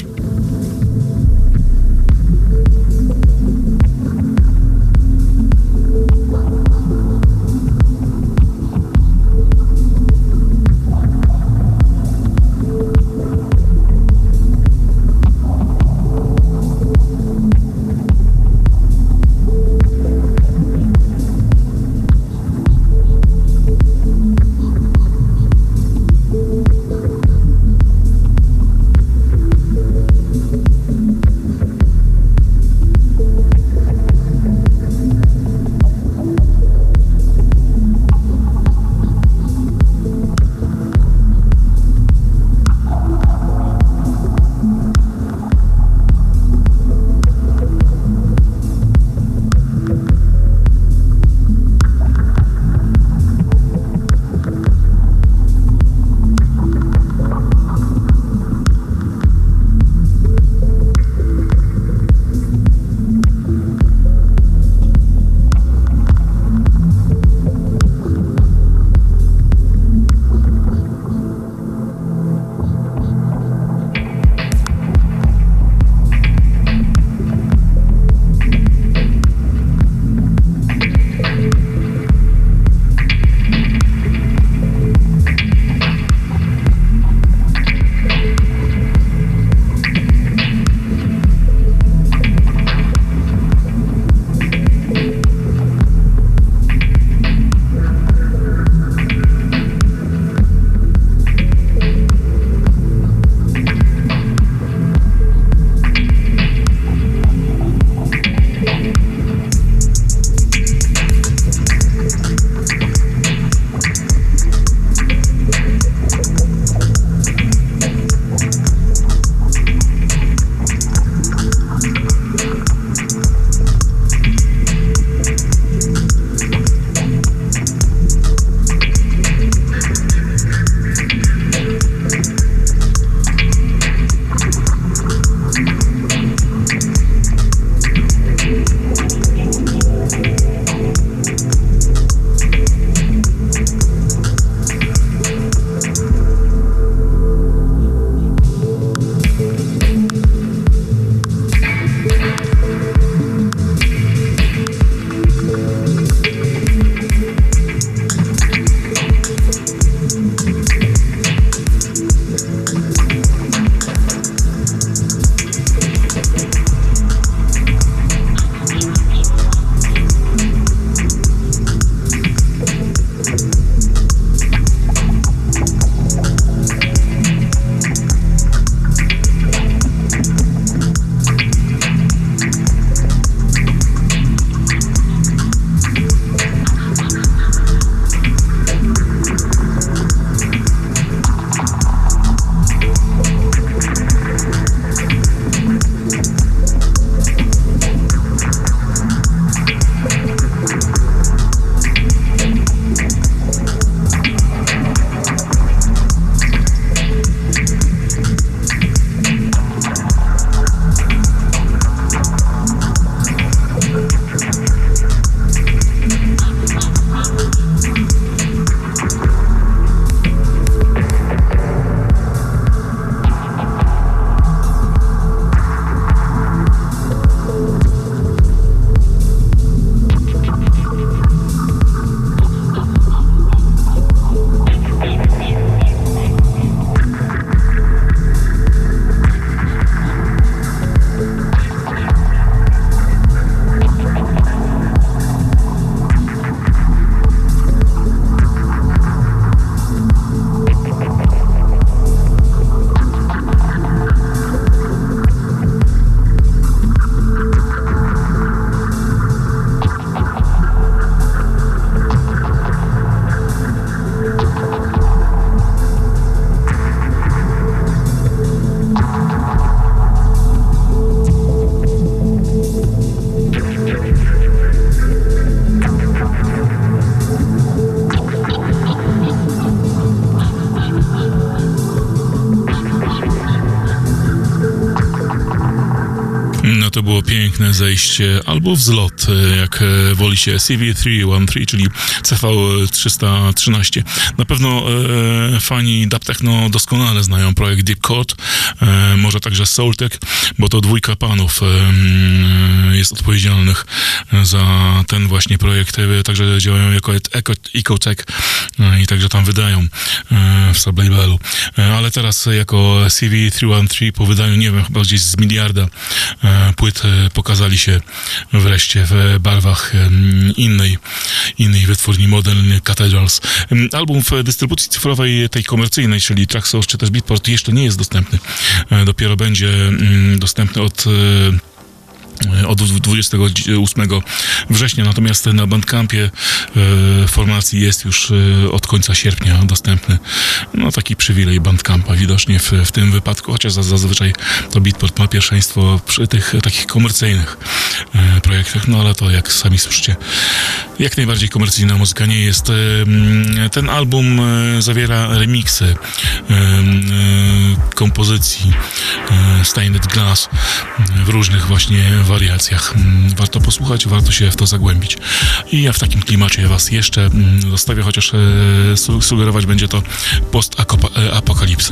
to było piękne zejście, albo wzlot, jak woli się, CV313, czyli CV313. Na pewno fani dub techno doskonale znają projekt Deep Chord, może także Soultech, bo to dwójka panów jest odpowiedzialnych za ten właśnie projekt, także działają jako Ecotech i także tam wydają w sublabelu. Ale teraz jako CV313 po wydaniu, nie wiem, chyba gdzieś z miliarda płyt pokazali się wreszcie w barwach innej wytwórni Modern Cathedrals. Album w dystrybucji cyfrowej, tej komercyjnej, czyli Traxsource czy też Beatport, jeszcze nie jest dostępny. Dopiero będzie dostępny od 28 września, natomiast na Bandcampie formacji jest już od końca sierpnia dostępny. No taki przywilej Bandcampa widocznie w tym wypadku, chociaż zazwyczaj to Beatport ma pierwszeństwo przy tych takich komercyjnych projektach, no ale to jak sami słyszycie, jak najbardziej komercyjna muzyka nie jest. Ten album zawiera remiksy kompozycji Stained Glass w różnych właśnie wariacjach. Warto posłuchać, warto się w to zagłębić. I ja w takim klimacie was jeszcze zostawię, chociaż sugerować będzie to post-apokalipsy.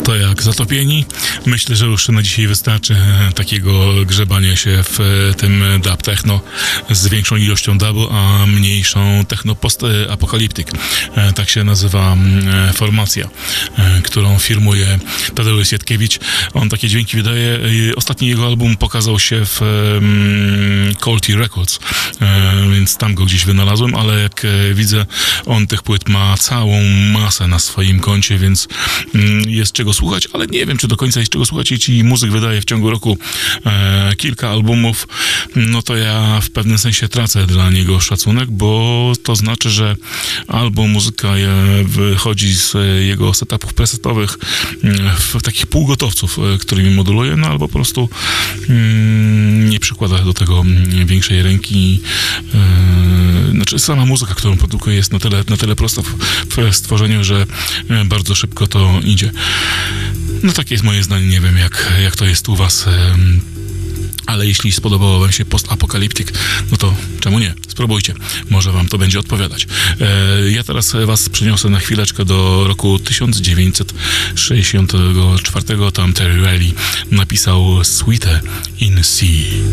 To jak zatopieni? Myślę, że już na dzisiaj wystarczy takiego grzebania się w tym dub techno z większą ilością dubu, a mniejszą techno post-apokaliptyk. Tak się nazywa formacja, którą firmuje Tadeusz Jatkiewicz. On takie dźwięki wydaje. Ostatni jego album pokazał się w Colty Records, więc tam go gdzieś wynalazłem, ale jak widzę, on tych płyt ma całą masę na swoim koncie, więc jest czego słuchać, ale nie wiem, czy do końca jest czego słuchać. Jeśli muzyk wydaje w ciągu roku kilka albumów, no to ja w pewnym sensie tracę dla niego szacunek, bo to znaczy, że albo muzyka wychodzi z jego setupów presetowych w takich półgotowców, którymi moduluje, no albo po prostu nie przykłada do tego większej ręki. Znaczy sama muzyka, którą produkuje, jest na tyle prosta w stworzeniu, że bardzo szybko to idzie. No takie jest moje zdanie, nie wiem jak to jest u was, ale jeśli spodobało wam się post-apokaliptyk, no to czemu nie? Spróbujcie, może wam to będzie odpowiadać. Ja teraz was przeniosę na chwileczkę do roku 1964. Tam Terry Riley napisał Sweeter in Sea.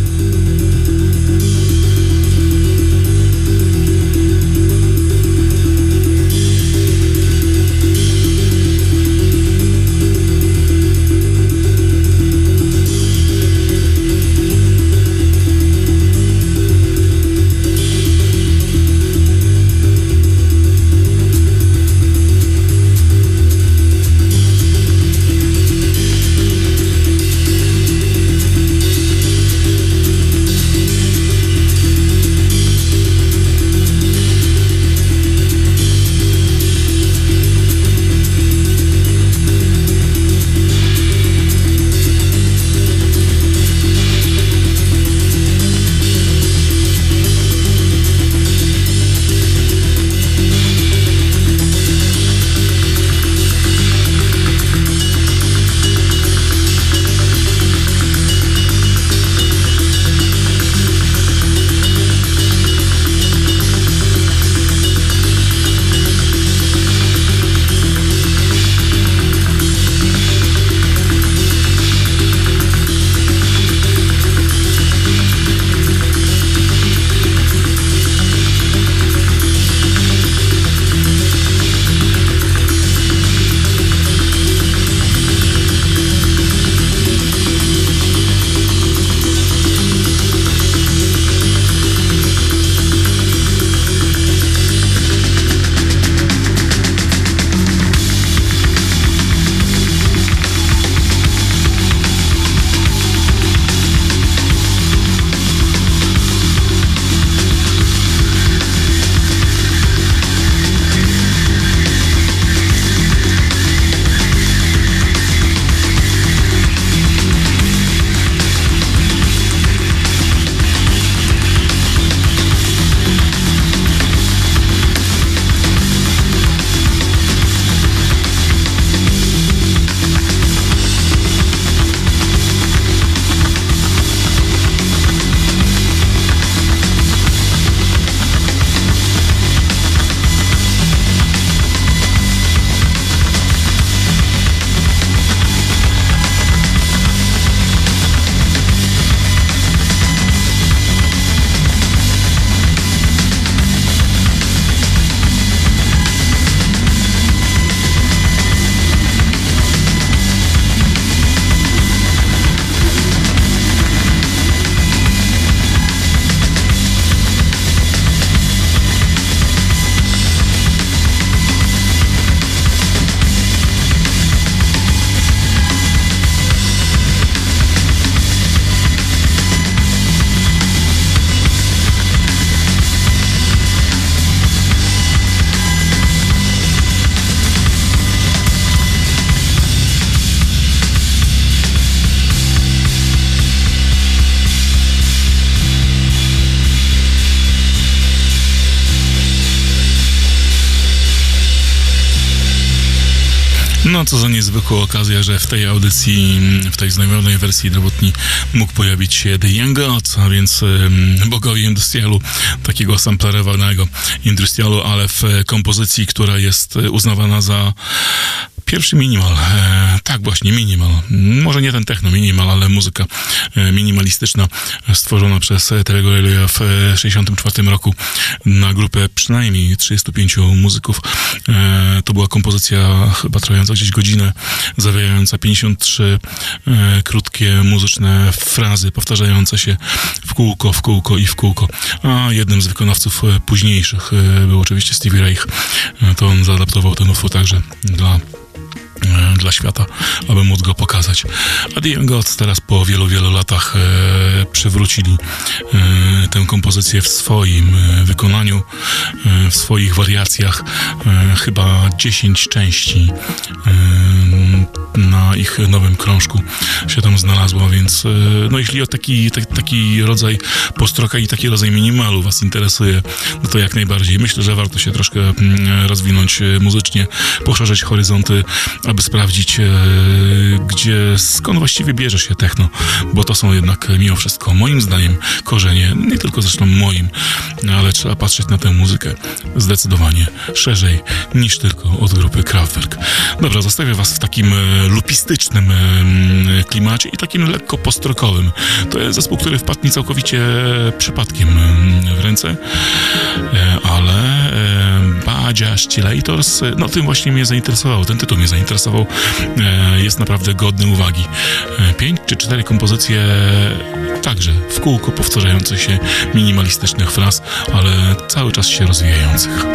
No, co za niezwykła okazja, że w tej audycji, w tej znamionej wersji drobotni mógł pojawić się The Young Gods, a więc bogowie industrialu, takiego samplerowanego industrialu, ale w kompozycji, która jest uznawana za pierwszy minimal. Tak, właśnie, minimal. Może nie ten techno minimal, ale muzyka minimalistyczna stworzona przez Terry'ego Riley'a w 1964 roku na grupę przynajmniej 35 muzyków. To była kompozycja chyba trwająca gdzieś godzinę, zawierająca 53 krótkie muzyczne frazy powtarzające się w kółko i w kółko. A jednym z wykonawców późniejszych był oczywiście Stevie Reich. To on zaadaptował ten utwór także dla świata, aby móc go pokazać. A The Young Gods teraz po wielu latach przywrócili tę kompozycję w swoim wykonaniu, w swoich wariacjach. Chyba 10 części na ich nowym krążku się tam znalazło, więc no jeśli o taki rodzaj postroka i taki rodzaj minimalu was interesuje, no to jak najbardziej. Myślę, że warto się troszkę rozwinąć muzycznie, poszerzyć horyzonty, aby sprawdzić, skąd właściwie bierze się techno, bo to są jednak mimo wszystko, moim zdaniem, korzenie, nie tylko zresztą moim, ale trzeba patrzeć na tę muzykę zdecydowanie szerzej niż tylko od grupy Kraftwerk. Dobra, zostawię was w takim lupistycznym klimacie i takim lekko postrokowym. To jest zespół, który wpadł mi całkowicie przypadkiem w ręce, ale Badzia Stilators, no tym właśnie mnie zainteresował, ten tytuł mnie zainteresował, jest naprawdę godny uwagi. 5 czy 4 kompozycje także w kółko powtarzających się minimalistycznych fraz, ale cały czas się rozwijających.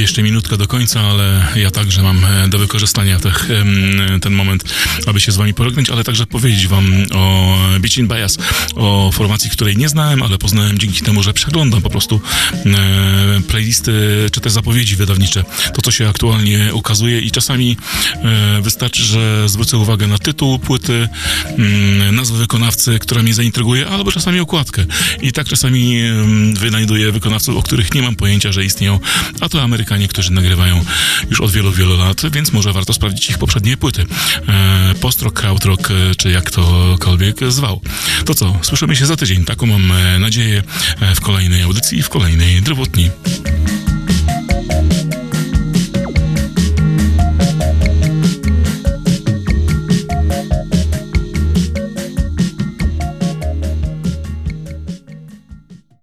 Jeszcze minutka do końca, ale ja także mam do wykorzystania ten moment, aby się z wami porognąć, ale także powiedzieć wam o Beach in Bias, o formacji, której nie znałem, ale poznałem dzięki temu, że przeglądam po prostu playlisty, czy też zapowiedzi wydawnicze, to co się aktualnie ukazuje i czasami wystarczy, że zwrócę uwagę na tytuł płyty, nazwę wykonawcy, która mnie zaintryguje, albo czasami okładkę. I tak czasami wynajduję wykonawców, o których nie mam pojęcia, że istnieją, a to Amerykanie, którzy nagrywają już od wielu, wielu lat, więc może warto sprawdzić ich poprzednie płyty. Post-rock, krautrock, czy jak tokolwiek zwał. To co, słyszymy się za tydzień. Taką mam nadzieję w kolejnej audycji, w kolejnej drewotni.